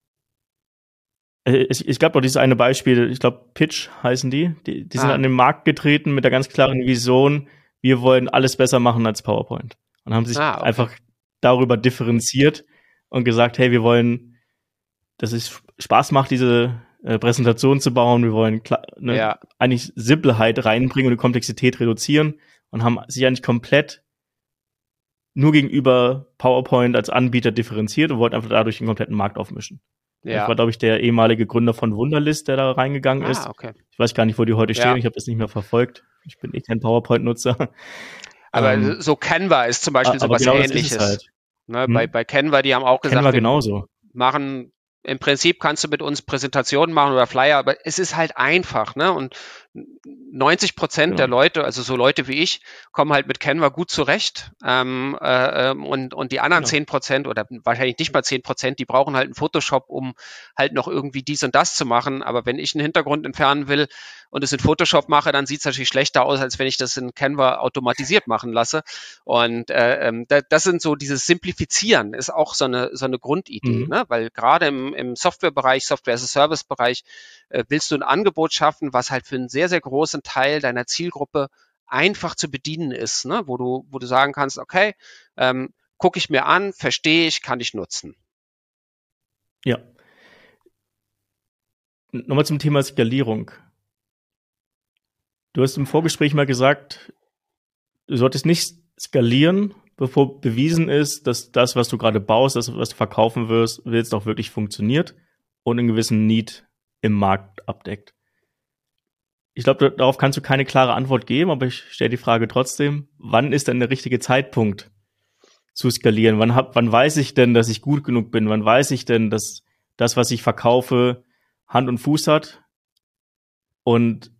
Speaker 1: Ich glaube auch dieses eine Beispiel, ich glaube Pitch heißen die sind an den Markt getreten mit der ganz klaren Vision, wir wollen alles besser machen als PowerPoint. Und haben sich einfach darüber differenziert und gesagt, hey, wir wollen, dass es Spaß macht, diese Präsentation zu bauen, wir wollen eigentlich Simpelheit reinbringen und die Komplexität reduzieren und haben sich eigentlich komplett nur gegenüber PowerPoint als Anbieter differenziert und wollten einfach dadurch den kompletten Markt aufmischen. Ja. Das war, glaube ich, der ehemalige Gründer von Wunderlist, der da reingegangen ist.
Speaker 2: Okay.
Speaker 1: Ich weiß gar nicht, wo die heute stehen. Ich habe das nicht mehr verfolgt. Ich bin kein PowerPoint-Nutzer.
Speaker 2: Aber so Canva ist zum Beispiel sowas genau Ähnliches. Halt. Ne, bei Canva, die haben auch gesagt,
Speaker 1: Canva genauso.
Speaker 2: Machen, im Prinzip kannst du mit uns Präsentationen machen oder Flyer, aber es ist halt einfach, ne? Und 90% der Leute, also so Leute wie ich, kommen halt mit Canva gut zurecht. Und die anderen 10% oder wahrscheinlich nicht mal 10%, die brauchen halt einen Photoshop, um halt noch irgendwie dies und das zu machen. Aber wenn ich einen Hintergrund entfernen will und es in Photoshop mache, dann sieht es natürlich schlechter aus, als wenn ich das in Canva automatisiert machen lasse. Und das sind so dieses Simplifizieren, ist auch so eine Grundidee, ne? Weil gerade im Softwarebereich, Software-as-a-Service-Bereich, willst du ein Angebot schaffen, was halt für einen sehr, sehr großen Teil deiner Zielgruppe einfach zu bedienen ist, ne? Wo du sagen kannst, okay, gucke ich mir an, verstehe ich, kann ich nutzen.
Speaker 1: Ja. Nochmal zum Thema Skalierung. Du hast im Vorgespräch mal gesagt, du solltest nicht skalieren, bevor bewiesen ist, dass das, was du gerade baust, das, was du verkaufen willst, auch wirklich funktioniert und einen gewissen Need im Markt abdeckt. Ich glaube, darauf kannst du keine klare Antwort geben, aber ich stelle die Frage trotzdem, wann ist denn der richtige Zeitpunkt zu skalieren? Wann weiß ich denn, dass ich gut genug bin? Wann weiß ich denn, dass das, was ich verkaufe, Hand und Fuß hat? Und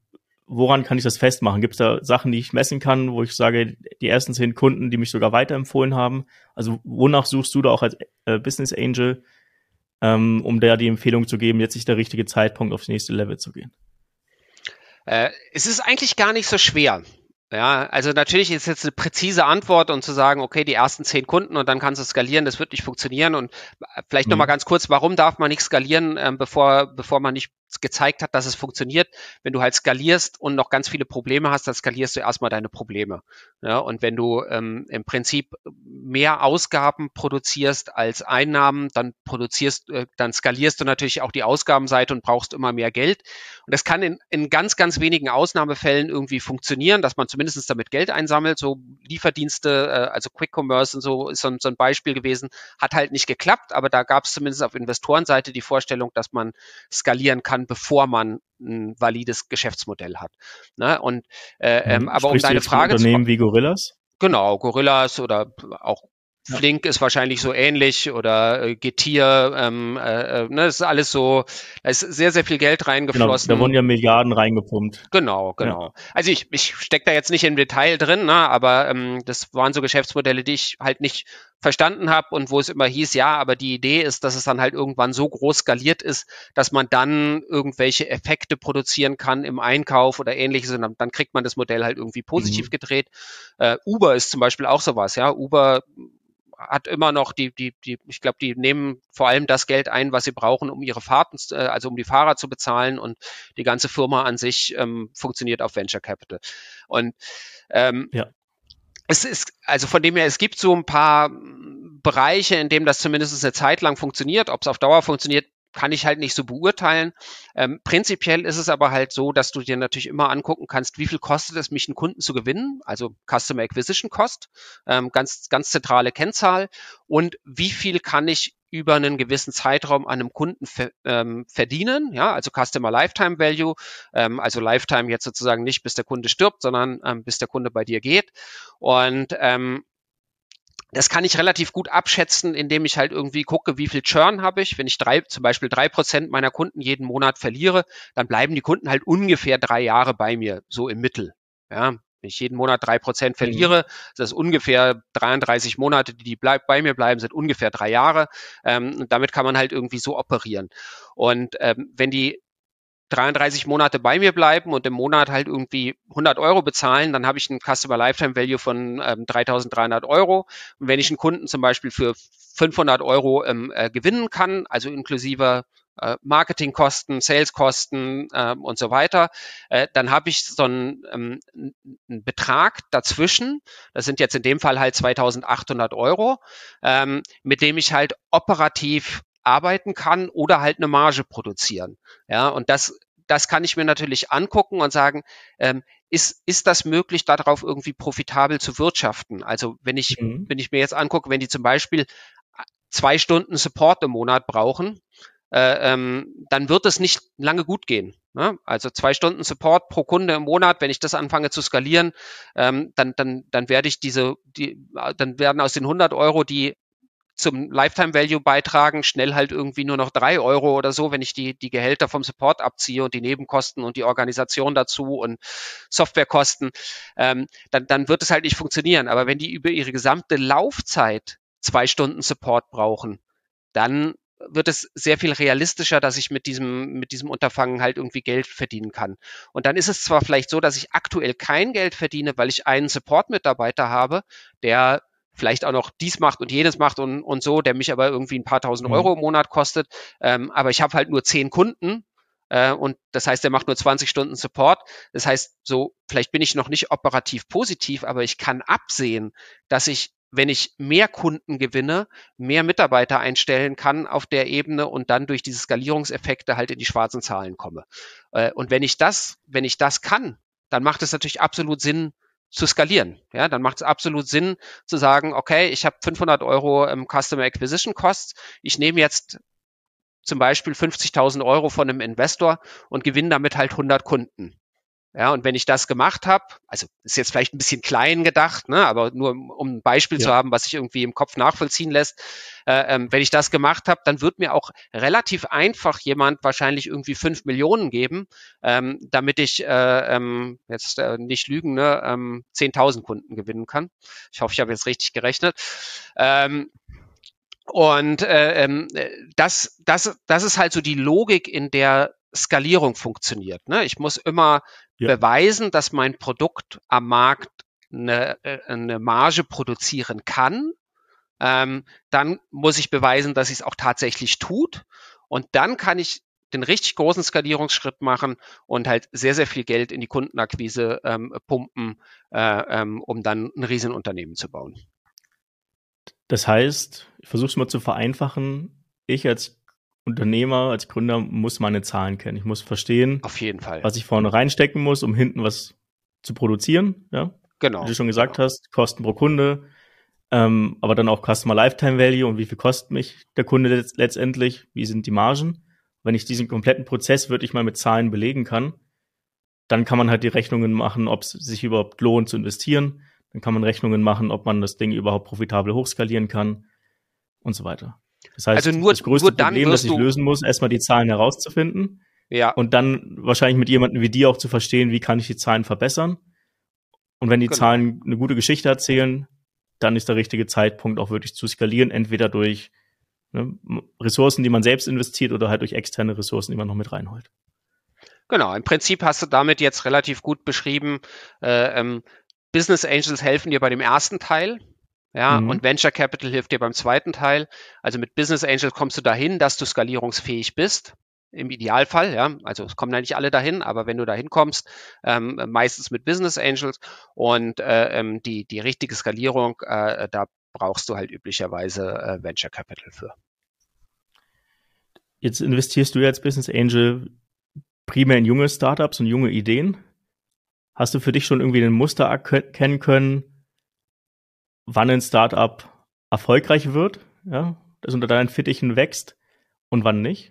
Speaker 1: woran kann ich das festmachen? Gibt es da Sachen, die ich messen kann, wo ich sage, die ersten 10 Kunden, die mich sogar weiterempfohlen haben? Also wonach suchst du da auch als Business Angel, um da die Empfehlung zu geben, jetzt ist der richtige Zeitpunkt, aufs nächste Level zu gehen?
Speaker 2: Es ist eigentlich gar nicht so schwer. Ja, also natürlich ist jetzt eine präzise Antwort und zu sagen, okay, die ersten 10 Kunden und dann kannst du skalieren, das wird nicht funktionieren. Und vielleicht nochmal ganz kurz, warum darf man nicht skalieren, bevor man nicht gezeigt hat, dass es funktioniert? Wenn du halt skalierst und noch ganz viele Probleme hast, dann skalierst du erstmal deine Probleme. Ja, und wenn du im Prinzip mehr Ausgaben produzierst als Einnahmen, dann skalierst du natürlich auch die Ausgabenseite und brauchst immer mehr Geld. Und das kann in ganz, ganz wenigen Ausnahmefällen irgendwie funktionieren, dass man zumindest damit Geld einsammelt. So Lieferdienste, also Quick Commerce und so ist so ein Beispiel gewesen, hat halt nicht geklappt, aber da gab es zumindest auf Investorenseite die Vorstellung, dass man skalieren kann, bevor man ein valides Geschäftsmodell hat. Ne? Und aber um deine Frage zu
Speaker 1: Unternehmen wie Gorillas?
Speaker 2: Genau, Gorillas oder auch Flink ist wahrscheinlich so ähnlich oder Getir, ne, ist alles so, da ist sehr, sehr viel Geld reingeflossen.
Speaker 1: Genau, da wurden ja Milliarden reingepumpt.
Speaker 2: Genau. Ja. Also ich stecke da jetzt nicht im Detail drin, ne, aber das waren so Geschäftsmodelle, die ich halt nicht verstanden habe und wo es immer hieß, ja, aber die Idee ist, dass es dann halt irgendwann so groß skaliert ist, dass man dann irgendwelche Effekte produzieren kann im Einkauf oder ähnliches und dann kriegt man das Modell halt irgendwie positiv gedreht. Uber ist zum Beispiel auch sowas, ja. Uber hat immer noch ich glaube, die nehmen vor allem das Geld ein, was sie brauchen, um ihre Fahrten, also um die Fahrer zu bezahlen und die ganze Firma an sich funktioniert auf Venture Capital. Und es ist, also von dem her, es gibt so ein paar Bereiche, in dem das zumindest eine Zeit lang funktioniert. Ob es auf Dauer funktioniert, kann ich halt nicht so beurteilen. Prinzipiell ist es aber halt so, dass du dir natürlich immer angucken kannst, wie viel kostet es mich, einen Kunden zu gewinnen, also Customer Acquisition Cost, ganz, ganz zentrale Kennzahl, und wie viel kann ich über einen gewissen Zeitraum an einem Kunden verdienen, ja, also Customer Lifetime Value, also Lifetime jetzt sozusagen nicht bis der Kunde stirbt, sondern bis der Kunde bei dir geht. Und das kann ich relativ gut abschätzen, indem ich halt irgendwie gucke, wie viel Churn habe ich. Wenn ich zum Beispiel 3% meiner Kunden jeden Monat verliere, dann bleiben die Kunden halt ungefähr 3 Jahre bei mir, so im Mittel. Ja, wenn ich jeden Monat 3% verliere, das ist ungefähr 33 Monate, die bei mir bleiben, sind ungefähr 3 Jahre. Und damit kann man halt irgendwie so operieren. Und wenn die 33 Monate bei mir bleiben und im Monat halt irgendwie 100 Euro bezahlen, dann habe ich einen Customer Lifetime Value von 3.300 Euro. Und wenn ich einen Kunden zum Beispiel für 500 Euro gewinnen kann, also inklusive Marketingkosten, Saleskosten und so weiter, dann habe ich so einen Betrag dazwischen, das sind jetzt in dem Fall halt 2.800 Euro, mit dem ich halt operativ arbeiten kann oder halt eine Marge produzieren. Ja, und das kann ich mir natürlich angucken und sagen, ist das möglich, darauf irgendwie profitabel zu wirtschaften? Also wenn ich mir jetzt angucke, wenn die zum Beispiel 2 Stunden Support im Monat brauchen, dann wird es nicht lange gut gehen. Ne? Also 2 Stunden Support pro Kunde im Monat, wenn ich das anfange zu skalieren, dann werde ich dann werden aus den 100 Euro, die zum Lifetime Value beitragen, schnell halt irgendwie nur noch 3 Euro oder so, wenn ich die Gehälter vom Support abziehe und die Nebenkosten und die Organisation dazu und Softwarekosten, dann wird es halt nicht funktionieren. Aber wenn die über ihre gesamte Laufzeit 2 Stunden Support brauchen, dann wird es sehr viel realistischer, dass ich mit diesem Unterfangen halt irgendwie Geld verdienen kann. Und dann ist es zwar vielleicht so, dass ich aktuell kein Geld verdiene, weil ich einen Support-Mitarbeiter habe, der vielleicht auch noch dies macht und jenes macht und so, der mich aber irgendwie ein paar tausend Euro im Monat kostet. Aber ich habe halt nur 10 Kunden und das heißt, der macht nur 20 Stunden Support. Das heißt, so vielleicht bin ich noch nicht operativ positiv, aber ich kann absehen, dass ich, wenn ich mehr Kunden gewinne, mehr Mitarbeiter einstellen kann auf der Ebene und dann durch diese Skalierungseffekte halt in die schwarzen Zahlen komme. Und wenn ich das kann, dann macht es natürlich absolut Sinn, zu skalieren. Ja, dann macht es absolut Sinn zu sagen, okay, ich habe 500 Euro Customer Acquisition Costs. Ich nehme jetzt zum Beispiel 50.000 Euro von einem Investor und gewinne damit halt 100 Kunden. Ja, und wenn ich das gemacht habe, also ist jetzt vielleicht ein bisschen klein gedacht, ne, aber nur um ein Beispiel zu haben, was sich irgendwie im Kopf nachvollziehen lässt, wenn ich das gemacht habe, dann wird mir auch relativ einfach jemand wahrscheinlich irgendwie 5 Millionen geben, damit ich jetzt nicht lügen, ne, 10.000 Kunden gewinnen kann. Ich hoffe, ich habe jetzt richtig gerechnet. Das ist halt so die Logik, in der Skalierung funktioniert. Ne? Ich muss immer beweisen, dass mein Produkt am Markt eine Marge produzieren kann. Dann muss ich beweisen, dass es auch tatsächlich tut. Und dann kann ich den richtig großen Skalierungsschritt machen und halt sehr, sehr viel Geld in die Kundenakquise pumpen, um dann ein Riesenunternehmen zu bauen.
Speaker 1: Das heißt, ich versuche es mal zu vereinfachen, ich als Unternehmer, als Gründer muss meine Zahlen kennen. Ich muss verstehen,
Speaker 2: auf jeden Fall,
Speaker 1: was ich vorne reinstecken muss, um hinten was zu produzieren. Ja?
Speaker 2: Genau.
Speaker 1: Wie du schon gesagt hast, Kosten pro Kunde, aber dann auch Customer Lifetime Value und wie viel kostet mich der Kunde letztendlich, wie sind die Margen. Wenn ich diesen kompletten Prozess wirklich mal mit Zahlen belegen kann, dann kann man halt die Rechnungen machen, ob es sich überhaupt lohnt zu investieren. Dann kann man Rechnungen machen, ob man das Ding überhaupt profitabel hochskalieren kann und so weiter. Das heißt,
Speaker 2: also
Speaker 1: das größte Problem, das ich lösen muss, erstmal die Zahlen herauszufinden und dann wahrscheinlich mit jemandem wie dir auch zu verstehen, wie kann ich die Zahlen verbessern. Und wenn die Zahlen eine gute Geschichte erzählen, dann ist der richtige Zeitpunkt auch wirklich zu skalieren, entweder durch Ressourcen, die man selbst investiert oder halt durch externe Ressourcen, die man noch mit reinholt.
Speaker 2: Genau, im Prinzip hast du damit jetzt relativ gut beschrieben, Business Angels helfen dir bei dem ersten Teil, ja, und Venture Capital hilft dir beim zweiten Teil. Also mit Business Angels kommst du dahin, dass du skalierungsfähig bist. Im Idealfall, ja, also es kommen ja nicht alle dahin, aber wenn du dahin kommst, meistens mit Business Angels und die richtige Skalierung, da brauchst du halt üblicherweise Venture Capital für.
Speaker 1: Jetzt investierst du ja als Business Angel primär in junge Startups und junge Ideen. Hast du für dich schon irgendwie ein Muster erkennen können, wann ein Startup erfolgreich wird, ja, das unter deinen Fittichen wächst und wann nicht?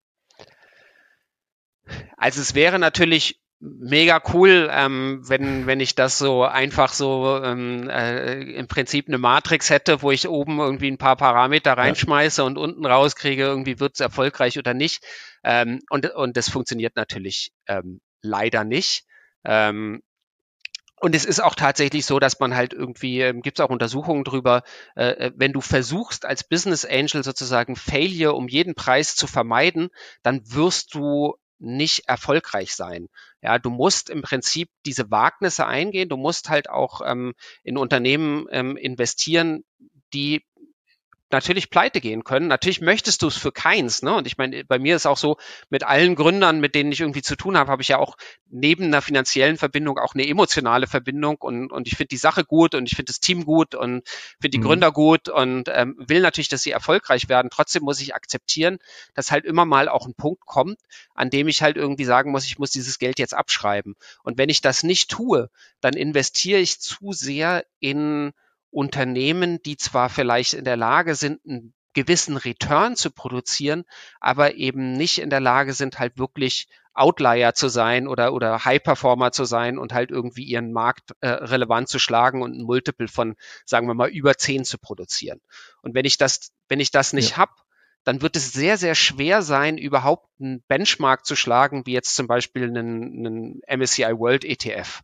Speaker 2: Also es wäre natürlich mega cool, wenn ich das so einfach so im Prinzip eine Matrix hätte, wo ich oben irgendwie ein paar Parameter reinschmeiße und unten rauskriege, irgendwie wird es erfolgreich oder nicht. Und das funktioniert natürlich leider nicht. Und es ist auch tatsächlich so, dass man halt irgendwie, gibt es auch Untersuchungen drüber, wenn du versuchst als Business Angel sozusagen Failure um jeden Preis zu vermeiden, dann wirst du nicht erfolgreich sein. Ja, du musst im Prinzip diese Wagnisse eingehen, du musst halt auch in Unternehmen investieren, die natürlich pleite gehen können. Natürlich möchtest du es für keins, ne? Und ich meine, bei mir ist auch so, mit allen Gründern, mit denen ich irgendwie zu tun habe, habe ich ja auch neben einer finanziellen Verbindung auch eine emotionale Verbindung und ich finde die Sache gut und ich finde das Team gut und finde die Gründer gut und will natürlich, dass sie erfolgreich werden. Trotzdem muss ich akzeptieren, dass halt immer mal auch ein Punkt kommt, an dem ich halt irgendwie sagen muss, ich muss dieses Geld jetzt abschreiben. Und wenn ich das nicht tue, dann investiere ich zu sehr in Unternehmen, die zwar vielleicht in der Lage sind, einen gewissen Return zu produzieren, aber eben nicht in der Lage sind, halt wirklich Outlier zu sein oder High-Performer zu sein und halt irgendwie ihren Markt relevant zu schlagen und ein Multiple von, sagen wir mal, über 10 zu produzieren. Und wenn ich das nicht habe, dann wird es sehr, sehr schwer sein, überhaupt einen Benchmark zu schlagen, wie jetzt zum Beispiel einen MSCI World ETF.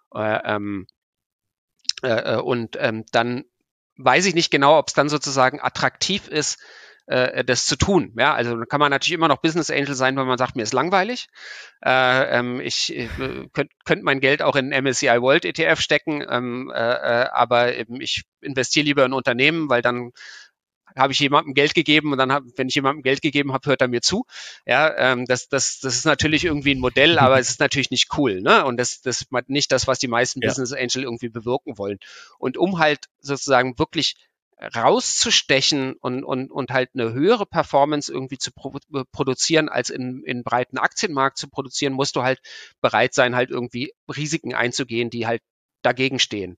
Speaker 2: Dann weiß ich nicht genau, ob es dann sozusagen attraktiv ist, das zu tun. Ja, also kann man natürlich immer noch Business Angel sein, wenn man sagt, mir ist langweilig. Ich könnte mein Geld auch in MSCI World ETF stecken, aber ich investiere lieber in Unternehmen, weil dann habe ich jemandem Geld gegeben und wenn ich jemandem Geld gegeben habe, hört er mir zu. Ja, das ist natürlich irgendwie ein Modell, aber es ist natürlich nicht cool, ne? Und das ist nicht das, was die meisten Business Angel irgendwie bewirken wollen. Und um halt sozusagen wirklich rauszustechen und halt eine höhere Performance irgendwie zu produzieren, als in breiten Aktienmarkt zu produzieren, musst du halt bereit sein, halt irgendwie Risiken einzugehen, die halt dagegen stehen.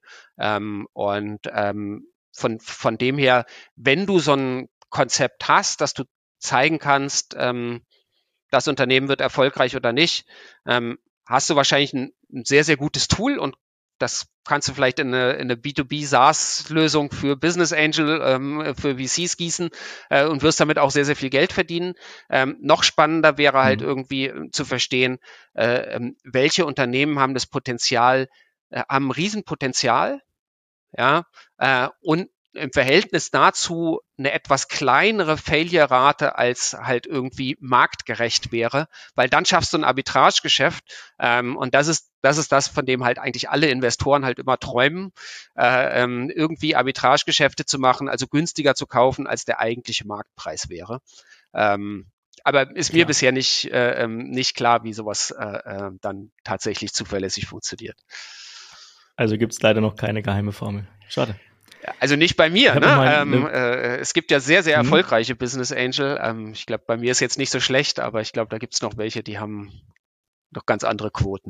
Speaker 2: Von dem her, wenn du so ein Konzept hast, dass du zeigen kannst, das Unternehmen wird erfolgreich oder nicht, hast du wahrscheinlich einen ein sehr, sehr gutes Tool und das kannst du vielleicht in eine B2B SaaS-Lösung für Business Angel, für VCs gießen und wirst damit auch sehr, sehr viel Geld verdienen. Noch spannender wäre halt irgendwie zu verstehen, welche Unternehmen haben das Potenzial, haben ein Riesenpotenzial, ja, und im Verhältnis dazu eine etwas kleinere Failure-Rate als halt irgendwie marktgerecht wäre, weil dann schaffst du ein Arbitragegeschäft und das ist das, von dem halt eigentlich alle Investoren halt immer träumen, irgendwie Arbitragegeschäfte zu machen, also günstiger zu kaufen, als der eigentliche Marktpreis wäre. Aber ist mir bisher nicht klar, wie sowas dann tatsächlich zuverlässig funktioniert.
Speaker 1: Also gibt es leider noch keine geheime Formel. Schade.
Speaker 2: Also nicht bei mir, ne? Es gibt ja sehr, sehr erfolgreiche Business Angel. Ich glaube, bei mir ist jetzt nicht so schlecht, aber ich glaube, da gibt es noch welche, die haben noch ganz andere Quoten.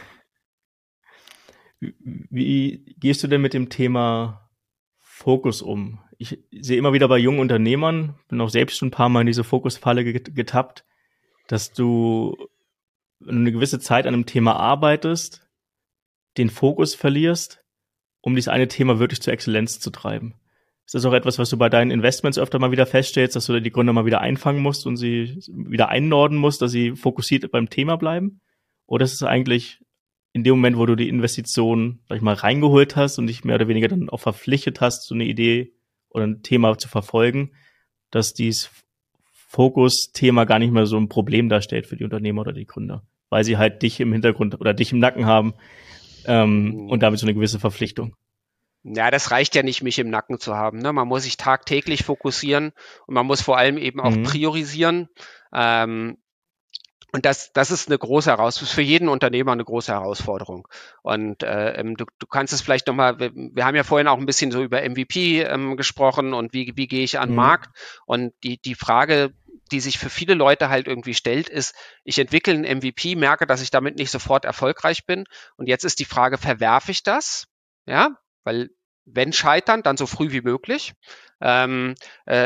Speaker 1: Wie gehst du denn mit dem Thema Fokus um? Ich sehe immer wieder bei jungen Unternehmern, bin auch selbst schon ein paar Mal in diese Fokusfalle getappt, dass du, wenn du eine gewisse Zeit an einem Thema arbeitest, den Fokus verlierst, um dieses eine Thema wirklich zur Exzellenz zu treiben. Ist das auch etwas, was du bei deinen Investments öfter mal wieder feststellst, dass du die Gründer mal wieder einfangen musst und sie wieder einnorden musst, dass sie fokussiert beim Thema bleiben? Oder ist es eigentlich in dem Moment, wo du die Investition, sag ich mal, reingeholt hast und dich mehr oder weniger dann auch verpflichtet hast, so eine Idee oder ein Thema zu verfolgen, dass dieses Fokus-Thema gar nicht mehr so ein Problem darstellt für die Unternehmer oder die Gründer, weil sie halt dich im Hintergrund oder dich im Nacken haben, und damit so eine gewisse Verpflichtung.
Speaker 2: Ja, das reicht ja nicht, mich im Nacken zu haben. Ne? Man muss sich tagtäglich fokussieren und man muss vor allem eben auch priorisieren. Und das ist eine große Herausforderung, für jeden Unternehmer eine große Herausforderung. Und du kannst es vielleicht nochmal, wir haben ja vorhin auch ein bisschen so über MVP gesprochen und wie gehe ich an den Markt. Und die Frage, die sich für viele Leute halt irgendwie stellt, ist, ich entwickle einen MVP, merke, dass ich damit nicht sofort erfolgreich bin. Und jetzt ist die Frage, verwerfe ich das? Ja, weil wenn scheitern, dann so früh wie möglich. Und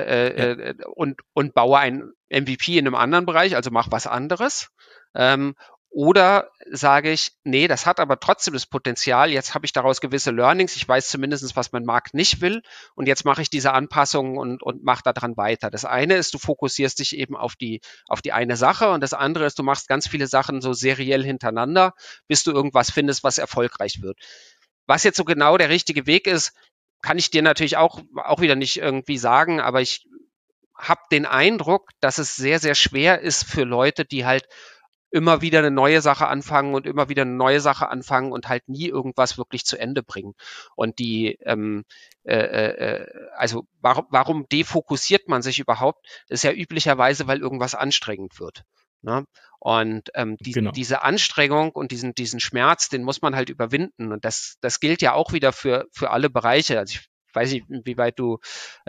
Speaker 2: baue ein MVP in einem anderen Bereich, also mach was anderes. Oder sage ich, nee, das hat aber trotzdem das Potenzial, jetzt habe ich daraus gewisse Learnings, ich weiß zumindest, was mein Markt nicht will und jetzt mache ich diese Anpassungen und mache daran weiter. Das eine ist, du fokussierst dich eben auf die eine Sache und das andere ist, du machst ganz viele Sachen so seriell hintereinander, bis du irgendwas findest, was erfolgreich wird. Was jetzt so genau der richtige Weg ist, kann ich dir natürlich auch wieder nicht irgendwie sagen, aber ich habe den Eindruck, dass es sehr, sehr schwer ist für Leute, die halt immer wieder eine neue Sache anfangen und immer wieder eine neue Sache anfangen und halt nie irgendwas wirklich zu Ende bringen. Und also warum defokussiert man sich überhaupt? Das ist ja üblicherweise, weil irgendwas anstrengend wird. Ne? Und diese Anstrengung und diesen Schmerz, den muss man halt überwinden. Und das gilt ja auch wieder für alle Bereiche. Also ich weiß nicht, wie weit du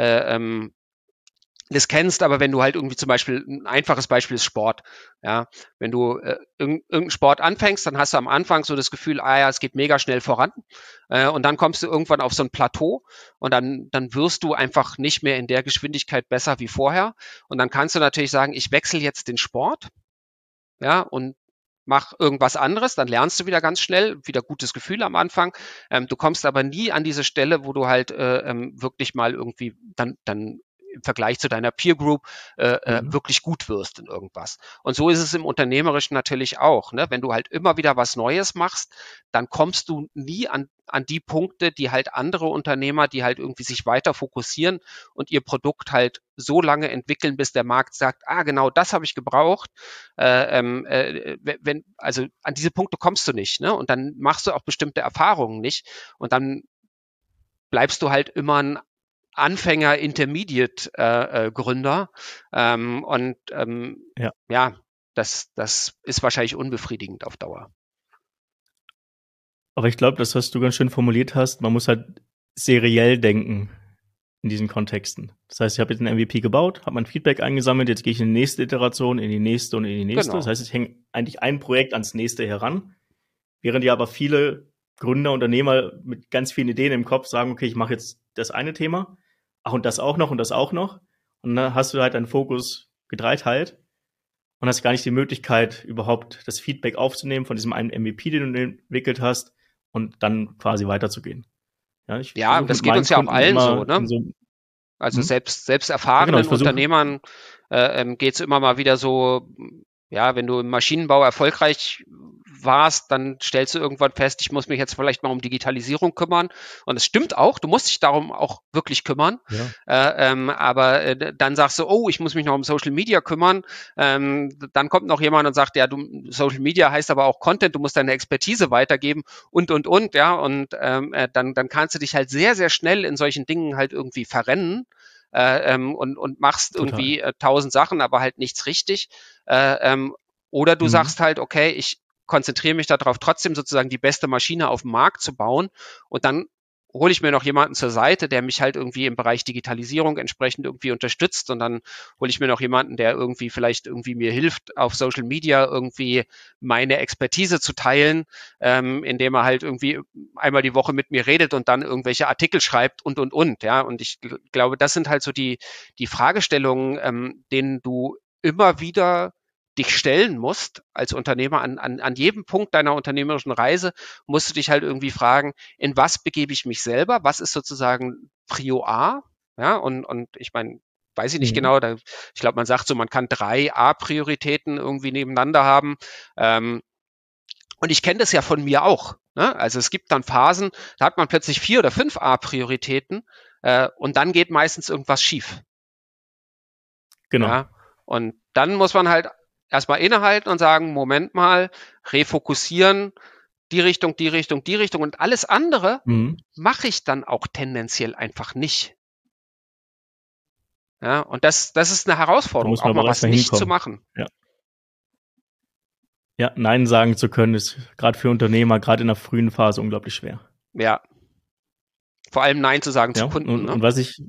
Speaker 2: das kennst, aber wenn du halt irgendwie zum Beispiel, ein einfaches Beispiel ist Sport, ja, wenn du irgendeinen Sport anfängst, dann hast du am Anfang so das Gefühl, es geht mega schnell voran und dann kommst du irgendwann auf so ein Plateau und dann wirst du einfach nicht mehr in der Geschwindigkeit besser wie vorher und dann kannst du natürlich sagen, ich wechsle jetzt den Sport, ja, und mach irgendwas anderes, dann lernst du wieder ganz schnell, wieder gutes Gefühl am Anfang. Du kommst aber nie an diese Stelle, wo du halt wirklich mal irgendwie dann im Vergleich zu deiner Peer Group wirklich gut wirst in irgendwas. Und so ist es im Unternehmerischen natürlich auch. Ne? Wenn du halt immer wieder was Neues machst, dann kommst du nie an die Punkte, die halt andere Unternehmer, die halt irgendwie sich weiter fokussieren und ihr Produkt halt so lange entwickeln, bis der Markt sagt, genau das habe ich gebraucht. Also an diese Punkte kommst du nicht, ne? Und dann machst du auch bestimmte Erfahrungen nicht und dann bleibst du halt immer ein Anfänger, Intermediate-Gründer. Das ist wahrscheinlich unbefriedigend auf Dauer.
Speaker 1: Aber ich glaube, das, was du ganz schön formuliert hast, man muss halt seriell denken in diesen Kontexten. Das heißt, ich habe jetzt ein MVP gebaut, habe mein Feedback eingesammelt, jetzt gehe ich in die nächste Iteration, in die nächste und in die nächste. Genau. Das heißt, ich hänge eigentlich ein Projekt ans nächste heran, während ja aber viele Gründer, Unternehmer mit ganz vielen Ideen im Kopf sagen, okay, ich mache jetzt das eine Thema, und das auch noch und das auch noch. Und dann hast du halt deinen Fokus gedreiteilt. und hast gar nicht die Möglichkeit, überhaupt das Feedback aufzunehmen von diesem einen MVP, den du entwickelt hast und dann quasi weiterzugehen. Ja, ich
Speaker 2: Ja,
Speaker 1: versuche
Speaker 2: das
Speaker 1: mit
Speaker 2: geht
Speaker 1: meinen
Speaker 2: uns ja auch
Speaker 1: Kunden
Speaker 2: allen so,
Speaker 1: immer
Speaker 2: ne?
Speaker 1: in so,
Speaker 2: Also
Speaker 1: hm?
Speaker 2: selbst
Speaker 1: Ja, genau, ich
Speaker 2: erfahrenen
Speaker 1: versuche,
Speaker 2: Unternehmern geht es immer mal wieder so, ja, wenn du im Maschinenbau erfolgreich warst, dann stellst du irgendwann fest, ich muss mich jetzt vielleicht mal um Digitalisierung kümmern. Und es stimmt auch, du musst dich darum auch wirklich kümmern.
Speaker 1: ja,
Speaker 2: Aber dann sagst du, oh, ich muss mich noch um Social Media kümmern. Dann kommt noch jemand und sagt, ja, Social Media heißt aber auch Content, du musst deine Expertise weitergeben und, ja. Und dann kannst du dich halt sehr, sehr schnell in solchen Dingen halt irgendwie verrennen. Und machst
Speaker 1: total.
Speaker 2: irgendwie 1000 Sachen, aber halt nichts richtig. Oder du
Speaker 1: Mhm.
Speaker 2: sagst halt, okay, ich konzentriere mich darauf, trotzdem sozusagen die beste Maschine auf dem Markt zu bauen und dann hole ich mir noch jemanden zur Seite, der mich halt irgendwie im Bereich Digitalisierung entsprechend irgendwie unterstützt und dann hole ich mir noch jemanden, der irgendwie vielleicht irgendwie mir hilft, auf Social Media irgendwie meine Expertise zu teilen, indem er halt irgendwie einmal die Woche mit mir redet und dann irgendwelche Artikel schreibt und, ja. Und ich glaube, das sind halt so die Fragestellungen, denen du immer wieder dich stellen musst als Unternehmer an jedem Punkt deiner unternehmerischen Reise, musst du dich halt irgendwie fragen, in was begebe ich mich selber? Was ist sozusagen Prio A? Ja, und ich meine, weiß ich nicht
Speaker 1: Mhm.
Speaker 2: genau, ich glaube, man sagt so, man kann 3 A-Prioritäten irgendwie nebeneinander haben. Und ich kenne das ja von mir auch. Ne? Also es gibt dann Phasen, da hat man plötzlich 4 oder 5 A-Prioritäten und dann geht meistens irgendwas schief.
Speaker 1: Genau.
Speaker 2: Ja, und dann muss man halt erstmal innehalten und sagen, Moment mal, refokussieren, die Richtung, die Richtung, die Richtung und alles andere
Speaker 1: Mhm.
Speaker 2: mache ich dann auch tendenziell einfach nicht. Ja, und das ist eine
Speaker 1: Da
Speaker 2: Herausforderung,
Speaker 1: muss man
Speaker 2: auch
Speaker 1: aber
Speaker 2: mal
Speaker 1: auch
Speaker 2: was
Speaker 1: erstmal
Speaker 2: nicht zu
Speaker 1: hinkommen.
Speaker 2: machen.
Speaker 1: Ja. Ja, Nein sagen zu können, ist gerade für Unternehmer, gerade in der frühen Phase unglaublich schwer.
Speaker 2: Ja, vor allem Nein zu sagen zu
Speaker 1: Ja,
Speaker 2: Kunden, ne?
Speaker 1: und was ich,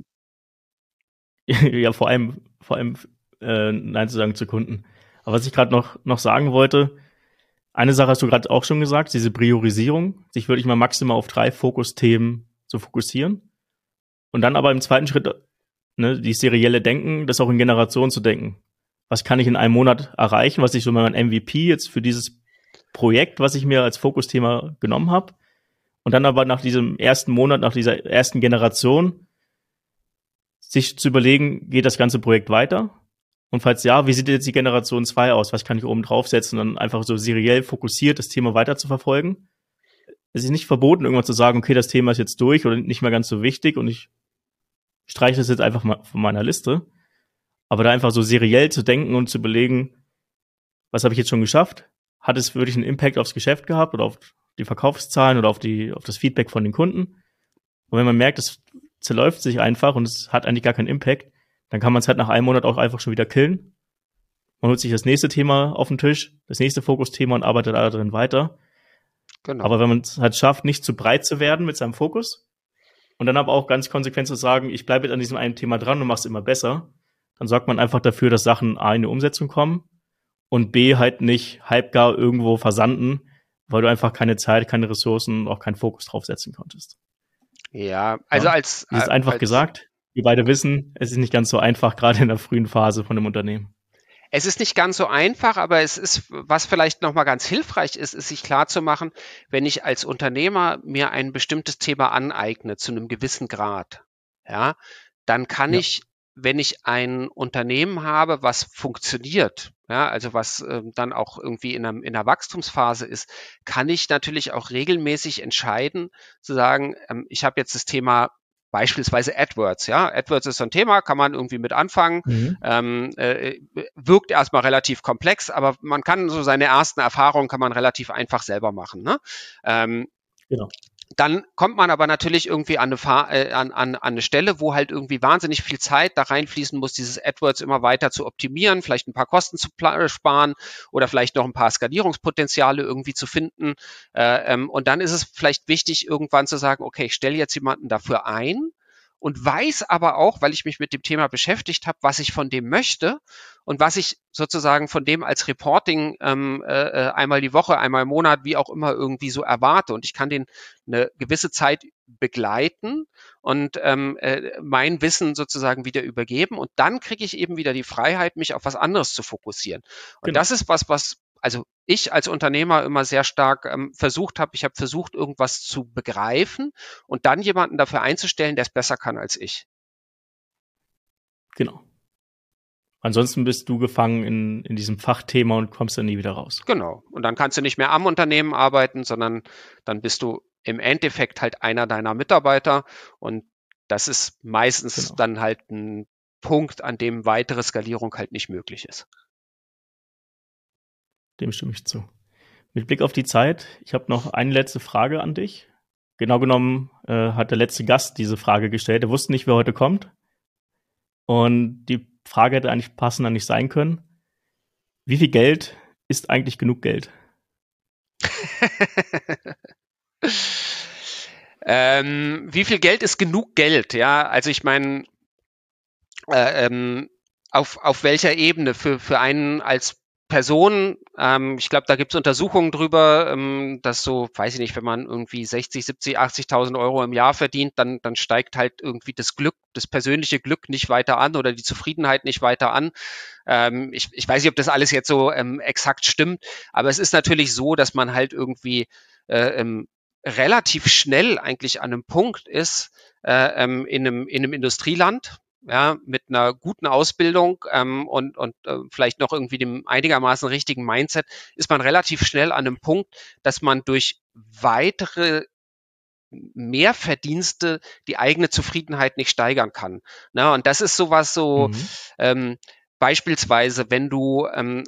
Speaker 1: ja, vor allem Nein zu sagen zu Kunden. Aber was ich gerade noch sagen wollte, eine Sache hast du gerade auch schon gesagt, diese Priorisierung, sich wirklich mal maximal auf 3 Fokusthemen zu fokussieren. Und dann aber im zweiten Schritt, ne, die serielle Denken, das auch in Generationen zu denken. Was kann ich in einem Monat erreichen, was ich so mein MVP jetzt für dieses Projekt, was ich mir als Fokusthema genommen habe. Und dann aber nach diesem ersten Monat, nach dieser ersten Generation, sich zu überlegen, geht das ganze Projekt weiter? Und falls ja, wie sieht jetzt die Generation 2 aus? Was kann ich oben draufsetzen? Und dann einfach so seriell fokussiert das Thema weiter zu verfolgen. Es ist nicht verboten, irgendwann zu sagen, okay, das Thema ist jetzt durch oder nicht mehr ganz so wichtig und ich streiche das jetzt einfach mal von meiner Liste. Aber da einfach so seriell zu denken und zu überlegen, was habe ich jetzt schon geschafft? Hat es wirklich einen Impact aufs Geschäft gehabt oder auf die Verkaufszahlen oder auf das Feedback von den Kunden? Und wenn man merkt, es zerläuft sich einfach und es hat eigentlich gar keinen Impact, dann kann man es halt nach einem Monat auch einfach schon wieder killen. Man holt sich das nächste Thema auf den Tisch, das nächste Fokusthema und arbeitet da drin weiter.
Speaker 2: Genau.
Speaker 1: Aber wenn man es halt schafft, nicht zu breit zu werden mit seinem Fokus und dann aber auch ganz konsequent zu sagen, ich bleibe jetzt an diesem einen Thema dran und mache es immer besser, dann sorgt man einfach dafür, dass Sachen A in die Umsetzung kommen und B halt nicht halbgar irgendwo versanden, weil du einfach keine Zeit, keine Ressourcen, auch keinen Fokus draufsetzen konntest.
Speaker 2: Ja, also
Speaker 1: Ja? Es ist einfach gesagt. Wir beide wissen, es ist nicht ganz so einfach, gerade in der frühen Phase von einem Unternehmen.
Speaker 2: es ist nicht ganz so einfach, aber es ist, was vielleicht nochmal ganz hilfreich ist, ist sich klar zu machen, wenn ich als Unternehmer mir ein bestimmtes Thema aneigne zu einem gewissen Grad, ja, dann kann
Speaker 1: Ja,
Speaker 2: ich, wenn ich ein Unternehmen habe, was funktioniert, ja, also was dann auch irgendwie in einer Wachstumsphase ist, kann ich natürlich auch regelmäßig entscheiden, zu sagen, ich habe jetzt das Thema beispielsweise AdWords, ja. AdWords ist so ein Thema, kann man irgendwie mit anfangen,
Speaker 1: mhm.
Speaker 2: wirkt erstmal relativ komplex, aber man kann so seine ersten Erfahrungen kann man relativ einfach selber machen. Ne?
Speaker 1: Genau.
Speaker 2: Dann kommt man aber natürlich irgendwie an eine Stelle, wo halt irgendwie wahnsinnig viel Zeit da reinfließen muss, dieses AdWords immer weiter zu optimieren, vielleicht ein paar Kosten zu sparen oder vielleicht noch ein paar Skalierungspotenziale irgendwie zu finden. Und dann ist es vielleicht wichtig, irgendwann zu sagen, okay, ich stelle jetzt jemanden dafür ein und weiß aber auch, weil ich mich mit dem Thema beschäftigt habe, was ich von dem möchte und was ich sozusagen von dem als Reporting einmal die Woche, einmal im Monat, wie auch immer irgendwie so erwarte. Und ich kann den eine gewisse Zeit begleiten und mein Wissen sozusagen wieder übergeben. Und dann kriege ich eben wieder die Freiheit, mich auf was anderes zu fokussieren. Und
Speaker 1: Genau.
Speaker 2: das ist was also ich als Unternehmer immer sehr stark versucht habe. Ich habe versucht, irgendwas zu begreifen und dann jemanden dafür einzustellen, der es besser kann als ich.
Speaker 1: Genau. Ansonsten bist du gefangen in diesem Fachthema und kommst dann nie wieder raus.
Speaker 2: Genau. Und dann kannst du nicht mehr am Unternehmen arbeiten, sondern dann bist du im Endeffekt halt einer deiner Mitarbeiter. Und das ist meistens dann halt ein Punkt, an dem weitere Skalierung halt nicht möglich ist.
Speaker 1: Dem stimme ich zu. Mit Blick auf die Zeit, ich habe noch eine letzte Frage an dich. Genau genommen hat der letzte Gast diese Frage gestellt. Er wusste nicht, wer heute kommt. Und die Frage hätte eigentlich passender nicht sein können. Wie viel Geld ist eigentlich genug Geld?
Speaker 2: Wie viel Geld ist genug Geld? Ja, also ich meine, auf welcher Ebene für einen als Person, ich glaube, da gibt es Untersuchungen drüber, dass so, weiß ich nicht, wenn man irgendwie 60, 70, 80.000 Euro im Jahr verdient, dann steigt halt irgendwie das Glück, das persönliche Glück nicht weiter an oder die Zufriedenheit nicht weiter an. Ich weiß nicht, ob das alles jetzt so exakt stimmt, aber es ist natürlich so, dass man halt irgendwie relativ schnell eigentlich an einem Punkt ist, in einem Industrieland, ja, mit einer guten Ausbildung und vielleicht noch irgendwie dem einigermaßen richtigen Mindset, ist man relativ schnell an einem Punkt, dass man durch weitere Mehrverdienste die eigene Zufriedenheit nicht steigern kann. Na, und das ist sowas so, beispielsweise, wenn du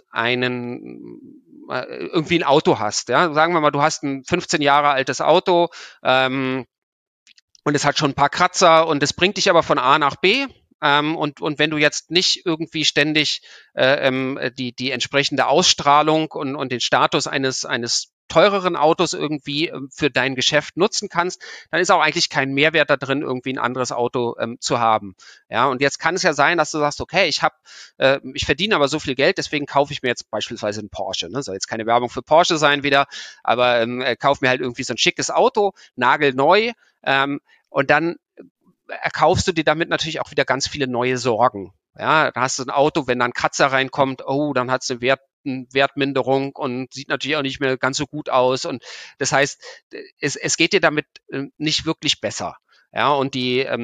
Speaker 2: irgendwie ein Auto hast, ja, sagen wir mal, du hast ein 15 Jahre altes Auto und es hat schon ein paar Kratzer und es bringt dich aber von A nach B. Und wenn du jetzt nicht irgendwie ständig die entsprechende Ausstrahlung und den Status eines teureren Autos irgendwie für dein Geschäft nutzen kannst, dann ist auch eigentlich kein Mehrwert da drin, irgendwie ein anderes Auto zu haben. Ja, und jetzt kann es ja sein, dass du sagst, okay, ich verdiene aber so viel Geld, deswegen kaufe ich mir jetzt beispielsweise einen Porsche. Ne? Soll jetzt keine Werbung für Porsche sein wieder, aber kaufe mir halt irgendwie so ein schickes Auto, nagelneu, und dann erkaufst du dir damit natürlich auch wieder ganz viele neue Sorgen. Ja, da hast du ein Auto, wenn da ein Kratzer reinkommt, oh, dann hat es eine Wertminderung und sieht natürlich auch nicht mehr ganz so gut aus. Und das heißt, es geht dir damit nicht wirklich besser. Ja, und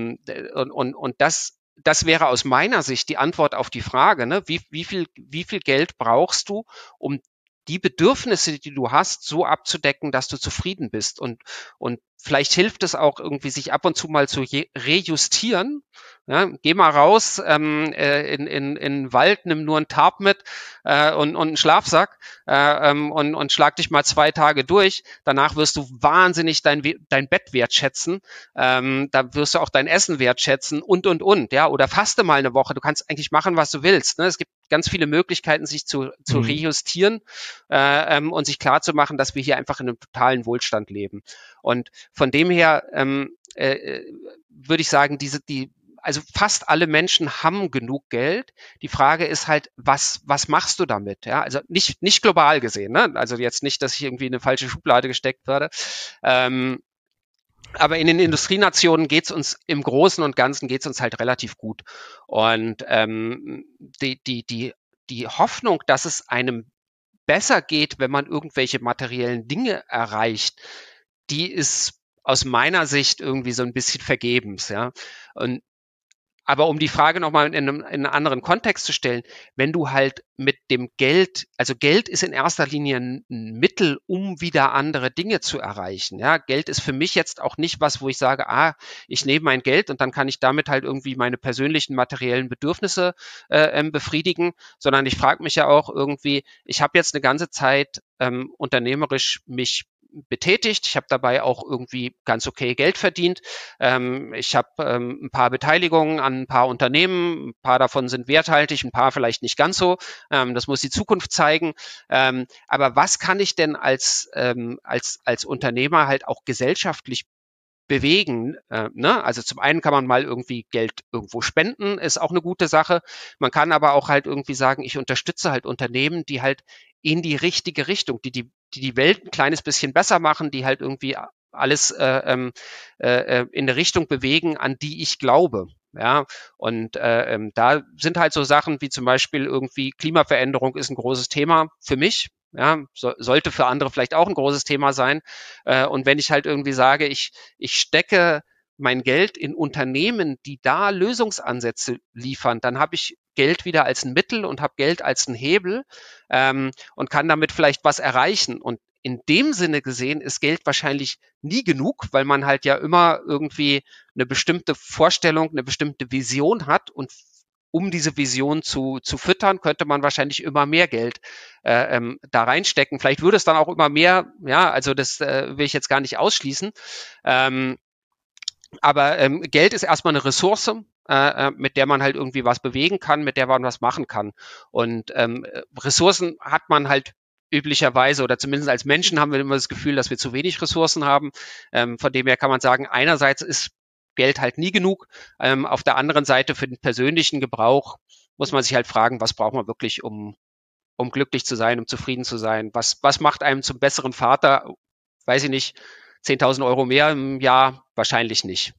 Speaker 2: das wäre aus meiner Sicht die Antwort auf die Frage, ne? Wie viel Geld brauchst du, um die Bedürfnisse, die du hast, so abzudecken, dass du zufrieden bist. Und vielleicht hilft es auch irgendwie, sich ab und zu mal zu rejustieren. Ja, geh mal raus in den Wald, nimm nur einen Tarp mit und einen Schlafsack und schlag dich mal 2 Tage durch. Danach wirst du wahnsinnig dein Bett wertschätzen. Da wirst du auch dein Essen wertschätzen und. Ja, oder faste mal eine Woche. Du kannst eigentlich machen, was du willst. Ne? Es gibt ganz viele Möglichkeiten, sich zu rejustieren und sich klar zu machen, dass wir hier einfach in einem totalen Wohlstand leben. Und von dem her würde ich sagen, also fast alle Menschen haben genug Geld. Die Frage ist halt, was machst du damit? Ja, also nicht global gesehen, ne? Also jetzt nicht, dass ich irgendwie in eine falsche Schublade gesteckt werde. Aber in den Industrienationen geht's uns im Großen und Ganzen geht's uns halt relativ gut. Und die Hoffnung, dass es einem besser geht, wenn man irgendwelche materiellen Dinge erreicht, die ist aus meiner Sicht irgendwie so ein bisschen vergebens, ja. Aber um die Frage nochmal in einen anderen Kontext zu stellen, wenn du halt mit dem Geld, also Geld ist in erster Linie ein Mittel, um wieder andere Dinge zu erreichen. Ja, Geld ist für mich jetzt auch nicht was, wo ich sage, ich nehme mein Geld und dann kann ich damit halt irgendwie meine persönlichen materiellen Bedürfnisse befriedigen, sondern ich frage mich ja auch irgendwie, ich habe jetzt eine ganze Zeit unternehmerisch mich betätigt. Ich habe dabei auch irgendwie ganz okay Geld verdient. Ich habe ein paar Beteiligungen an ein paar Unternehmen. Ein paar davon sind werthaltig, ein paar vielleicht nicht ganz so. Das muss die Zukunft zeigen. Aber was kann ich denn als Unternehmer halt auch gesellschaftlich bewegen. Ne? Also zum einen kann man mal irgendwie Geld irgendwo spenden, ist auch eine gute Sache. Man kann aber auch halt irgendwie sagen, ich unterstütze halt Unternehmen, die halt in die richtige Richtung, die Welt ein kleines bisschen besser machen, die halt irgendwie alles in eine Richtung bewegen, an die ich glaube. Ja, und da sind halt so Sachen wie zum Beispiel irgendwie Klimaveränderung ist ein großes Thema für mich. Ja, sollte für andere vielleicht auch ein großes Thema sein. Und wenn ich halt irgendwie sage, ich stecke mein Geld in Unternehmen, die da Lösungsansätze liefern, dann habe ich Geld wieder als ein Mittel und habe Geld als ein Hebel und kann damit vielleicht was erreichen. Und in dem Sinne gesehen ist Geld wahrscheinlich nie genug, weil man halt ja immer irgendwie eine bestimmte Vorstellung, eine bestimmte Vision hat und um diese Vision zu füttern, könnte man wahrscheinlich immer mehr Geld da reinstecken. Vielleicht würde es dann auch immer mehr, ja, also das will ich jetzt gar nicht ausschließen. Aber Geld ist erstmal eine Ressource, mit der man halt irgendwie was bewegen kann, mit der man was machen kann. Und Ressourcen hat man halt üblicherweise oder zumindest als Menschen haben wir immer das Gefühl, dass wir zu wenig Ressourcen haben. Von dem her kann man sagen, einerseits ist Geld halt nie genug. Auf der anderen Seite für den persönlichen Gebrauch muss man sich halt fragen, was braucht man wirklich, um glücklich zu sein, um zufrieden zu sein? Was macht einem zum besseren Vater? Weiß ich nicht. 10.000 Euro mehr im Jahr? Wahrscheinlich nicht.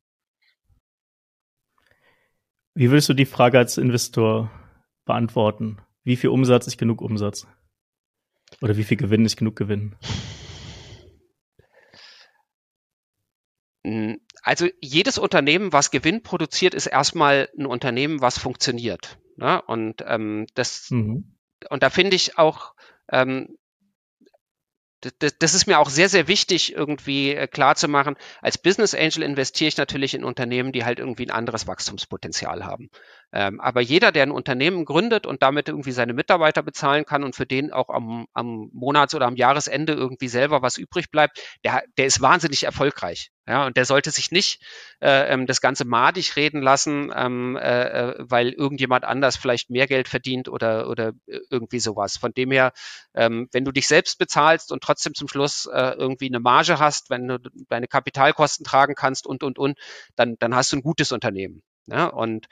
Speaker 1: Wie würdest du die Frage als Investor beantworten? Wie viel Umsatz ist genug Umsatz? Oder wie viel Gewinn ist genug Gewinn?
Speaker 2: Also jedes Unternehmen, was Gewinn produziert, ist erstmal ein Unternehmen, was funktioniert. Ne? Und und da finde ich auch, das ist mir auch sehr, sehr wichtig, irgendwie klar zu machen. Als Business Angel investiere ich natürlich in Unternehmen, die halt irgendwie ein anderes Wachstumspotenzial haben. Aber jeder, der ein Unternehmen gründet und damit irgendwie seine Mitarbeiter bezahlen kann und für den auch am Monats- oder am Jahresende irgendwie selber was übrig bleibt, der ist wahnsinnig erfolgreich. Ja, und der sollte sich nicht das Ganze madig reden lassen, weil irgendjemand anders vielleicht mehr Geld verdient oder irgendwie sowas. Von dem her, wenn du dich selbst bezahlst und trotzdem zum Schluss irgendwie eine Marge hast, wenn du deine Kapitalkosten tragen kannst und, dann hast du ein gutes Unternehmen. Ja? Und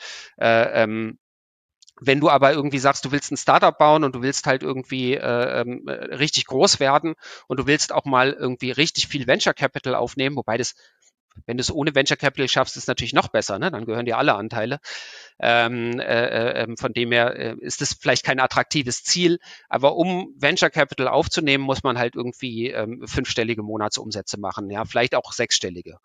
Speaker 2: wenn du aber irgendwie sagst, du willst ein Startup bauen und du willst halt irgendwie richtig groß werden und du willst auch mal irgendwie richtig viel Venture Capital aufnehmen, wobei das, wenn du es ohne Venture Capital schaffst, ist natürlich noch besser, ne? Dann gehören dir alle Anteile. Von dem her ist das vielleicht kein attraktives Ziel, aber um Venture Capital aufzunehmen, muss man halt irgendwie 5-stellige Monatsumsätze machen, ja, vielleicht auch 6-stellige.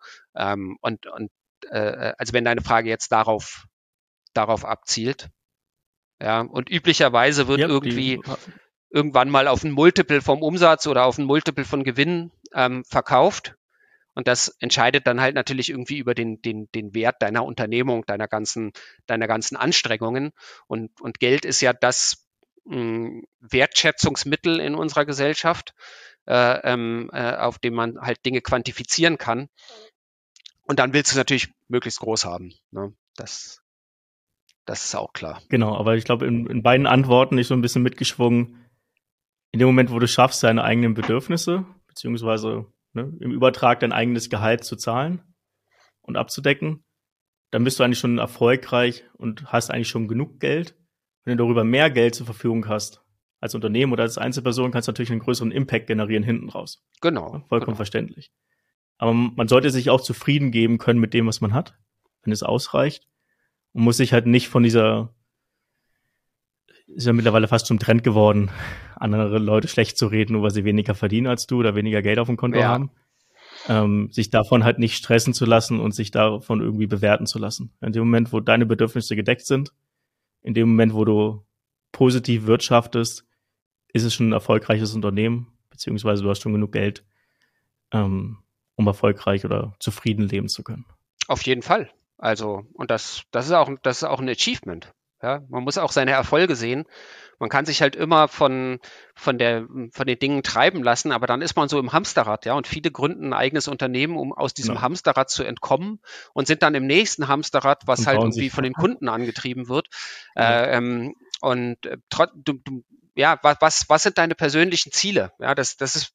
Speaker 2: Also wenn deine Frage jetzt darauf abzielt. Ja, und üblicherweise wird irgendwann mal auf ein Multiple vom Umsatz oder auf ein Multiple von Gewinn verkauft. Und das entscheidet dann halt natürlich irgendwie über den Wert deiner Unternehmung, deiner ganzen Anstrengungen. Und Geld ist ja das Wertschätzungsmittel in unserer Gesellschaft, auf dem man halt Dinge quantifizieren kann. Und dann willst du es natürlich möglichst groß haben. Ne? Das ist auch klar.
Speaker 1: Genau, aber ich glaube, in beiden Antworten ist so ein bisschen mitgeschwungen, in dem Moment, wo du schaffst, deine eigenen Bedürfnisse, beziehungsweise im Übertrag dein eigenes Gehalt zu zahlen und abzudecken, dann bist du eigentlich schon erfolgreich und hast eigentlich schon genug Geld. Wenn du darüber mehr Geld zur Verfügung hast, als Unternehmen oder als Einzelperson, kannst du natürlich einen größeren Impact generieren hinten raus.
Speaker 2: Genau.
Speaker 1: Ja, vollkommen verständlich. Aber man sollte sich auch zufrieden geben können mit dem, was man hat, wenn es ausreicht. Und muss sich halt nicht von ist ja mittlerweile fast zum Trend geworden, andere Leute schlecht zu reden, nur weil sie weniger verdienen als du oder weniger Geld auf dem Konto haben. Sich davon halt nicht stressen zu lassen und sich davon irgendwie bewerten zu lassen. In dem Moment, wo deine Bedürfnisse gedeckt sind, in dem Moment, wo du positiv wirtschaftest, ist es schon ein erfolgreiches Unternehmen, beziehungsweise du hast schon genug Geld, um erfolgreich oder zufrieden leben zu können.
Speaker 2: Auf jeden Fall. Also, und das ist auch ein Achievement. Ja, man muss auch seine Erfolge sehen. Man kann sich halt immer von den Dingen treiben lassen, aber dann ist man so im Hamsterrad, ja. Und viele gründen ein eigenes Unternehmen, um aus diesem Hamsterrad zu entkommen und sind dann im nächsten Hamsterrad, was halt irgendwie von den Kunden angetrieben wird. Ja. Was sind deine persönlichen Ziele? Ja, das ist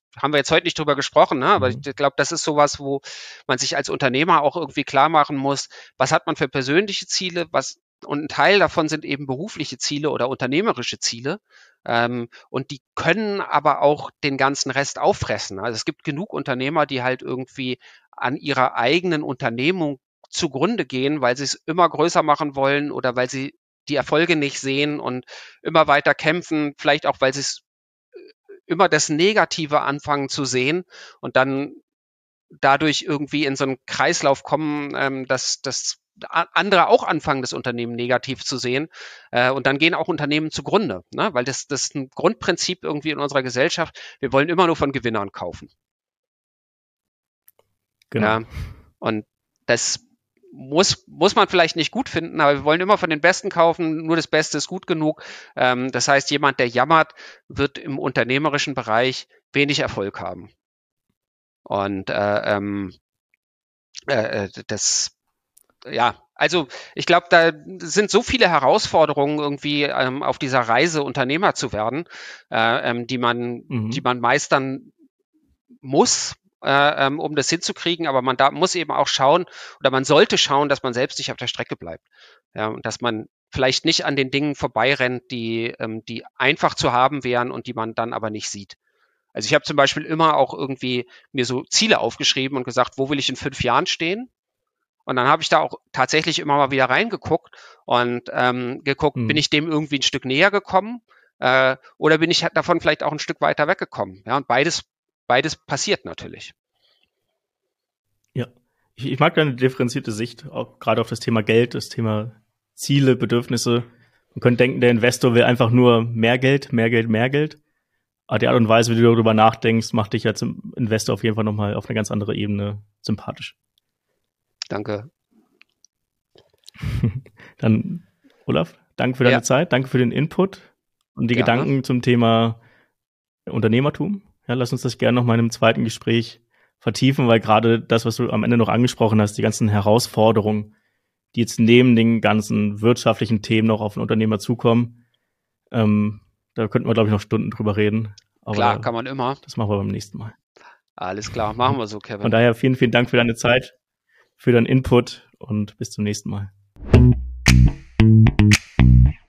Speaker 2: haben wir jetzt heute nicht drüber gesprochen, ne? Aber ich glaube, das ist sowas, wo man sich als Unternehmer auch irgendwie klar machen muss, was hat man für persönliche Ziele, und ein Teil davon sind eben berufliche Ziele oder unternehmerische Ziele. Und die können aber auch den ganzen Rest auffressen. Also es gibt genug Unternehmer, die halt irgendwie an ihrer eigenen Unternehmung zugrunde gehen, weil sie es immer größer machen wollen oder weil sie die Erfolge nicht sehen und immer weiter kämpfen, vielleicht auch, weil sie es immer das Negative anfangen zu sehen und dann dadurch irgendwie in so einen Kreislauf kommen, dass andere auch anfangen, das Unternehmen negativ zu sehen. Und dann gehen auch Unternehmen zugrunde, ne? Weil das ist ein Grundprinzip irgendwie in unserer Gesellschaft. Wir wollen immer nur von Gewinnern kaufen.
Speaker 1: Genau.
Speaker 2: Ja, und das muss man vielleicht nicht gut finden, aber wir wollen immer von den Besten kaufen, nur das Beste ist gut genug. Das heißt, jemand, der jammert, wird im unternehmerischen Bereich wenig Erfolg haben. Und also ich glaube, da sind so viele Herausforderungen irgendwie auf dieser Reise, Unternehmer zu werden, die man meistern muss, um das hinzukriegen, aber man muss eben auch schauen oder man sollte schauen, dass man selbst nicht auf der Strecke bleibt. Ja, und dass man vielleicht nicht an den Dingen vorbeirennt, die einfach zu haben wären und die man dann aber nicht sieht. Also ich habe zum Beispiel immer auch irgendwie mir so Ziele aufgeschrieben und gesagt, wo will ich in 5 Jahren stehen? Und dann habe ich da auch tatsächlich immer mal wieder reingeguckt und geguckt, bin ich dem irgendwie ein Stück näher gekommen oder bin ich davon vielleicht auch ein Stück weiter weggekommen? Ja, und beides passiert natürlich.
Speaker 1: Ja, ich mag deine differenzierte Sicht, auch gerade auf das Thema Geld, das Thema Ziele, Bedürfnisse. Man könnte denken, der Investor will einfach nur mehr Geld, mehr Geld, mehr Geld. Aber die Art und Weise, wie du darüber nachdenkst, macht dich als Investor auf jeden Fall nochmal auf eine ganz andere Ebene sympathisch.
Speaker 2: Danke.
Speaker 1: Dann, Olaf, danke für deine Zeit, danke für den Input und die Gedanken zum Thema Unternehmertum. Ja, lass uns das gerne noch mal in einem zweiten Gespräch vertiefen, weil gerade das, was du am Ende noch angesprochen hast, die ganzen Herausforderungen, die jetzt neben den ganzen wirtschaftlichen Themen noch auf den Unternehmer zukommen, da könnten wir, glaube ich, noch Stunden drüber reden. Aber
Speaker 2: klar, kann man immer.
Speaker 1: Das machen wir beim nächsten Mal.
Speaker 2: Alles klar, machen wir so, Kevin.
Speaker 1: Von daher vielen, vielen Dank für deine Zeit, für deinen Input und bis zum nächsten Mal.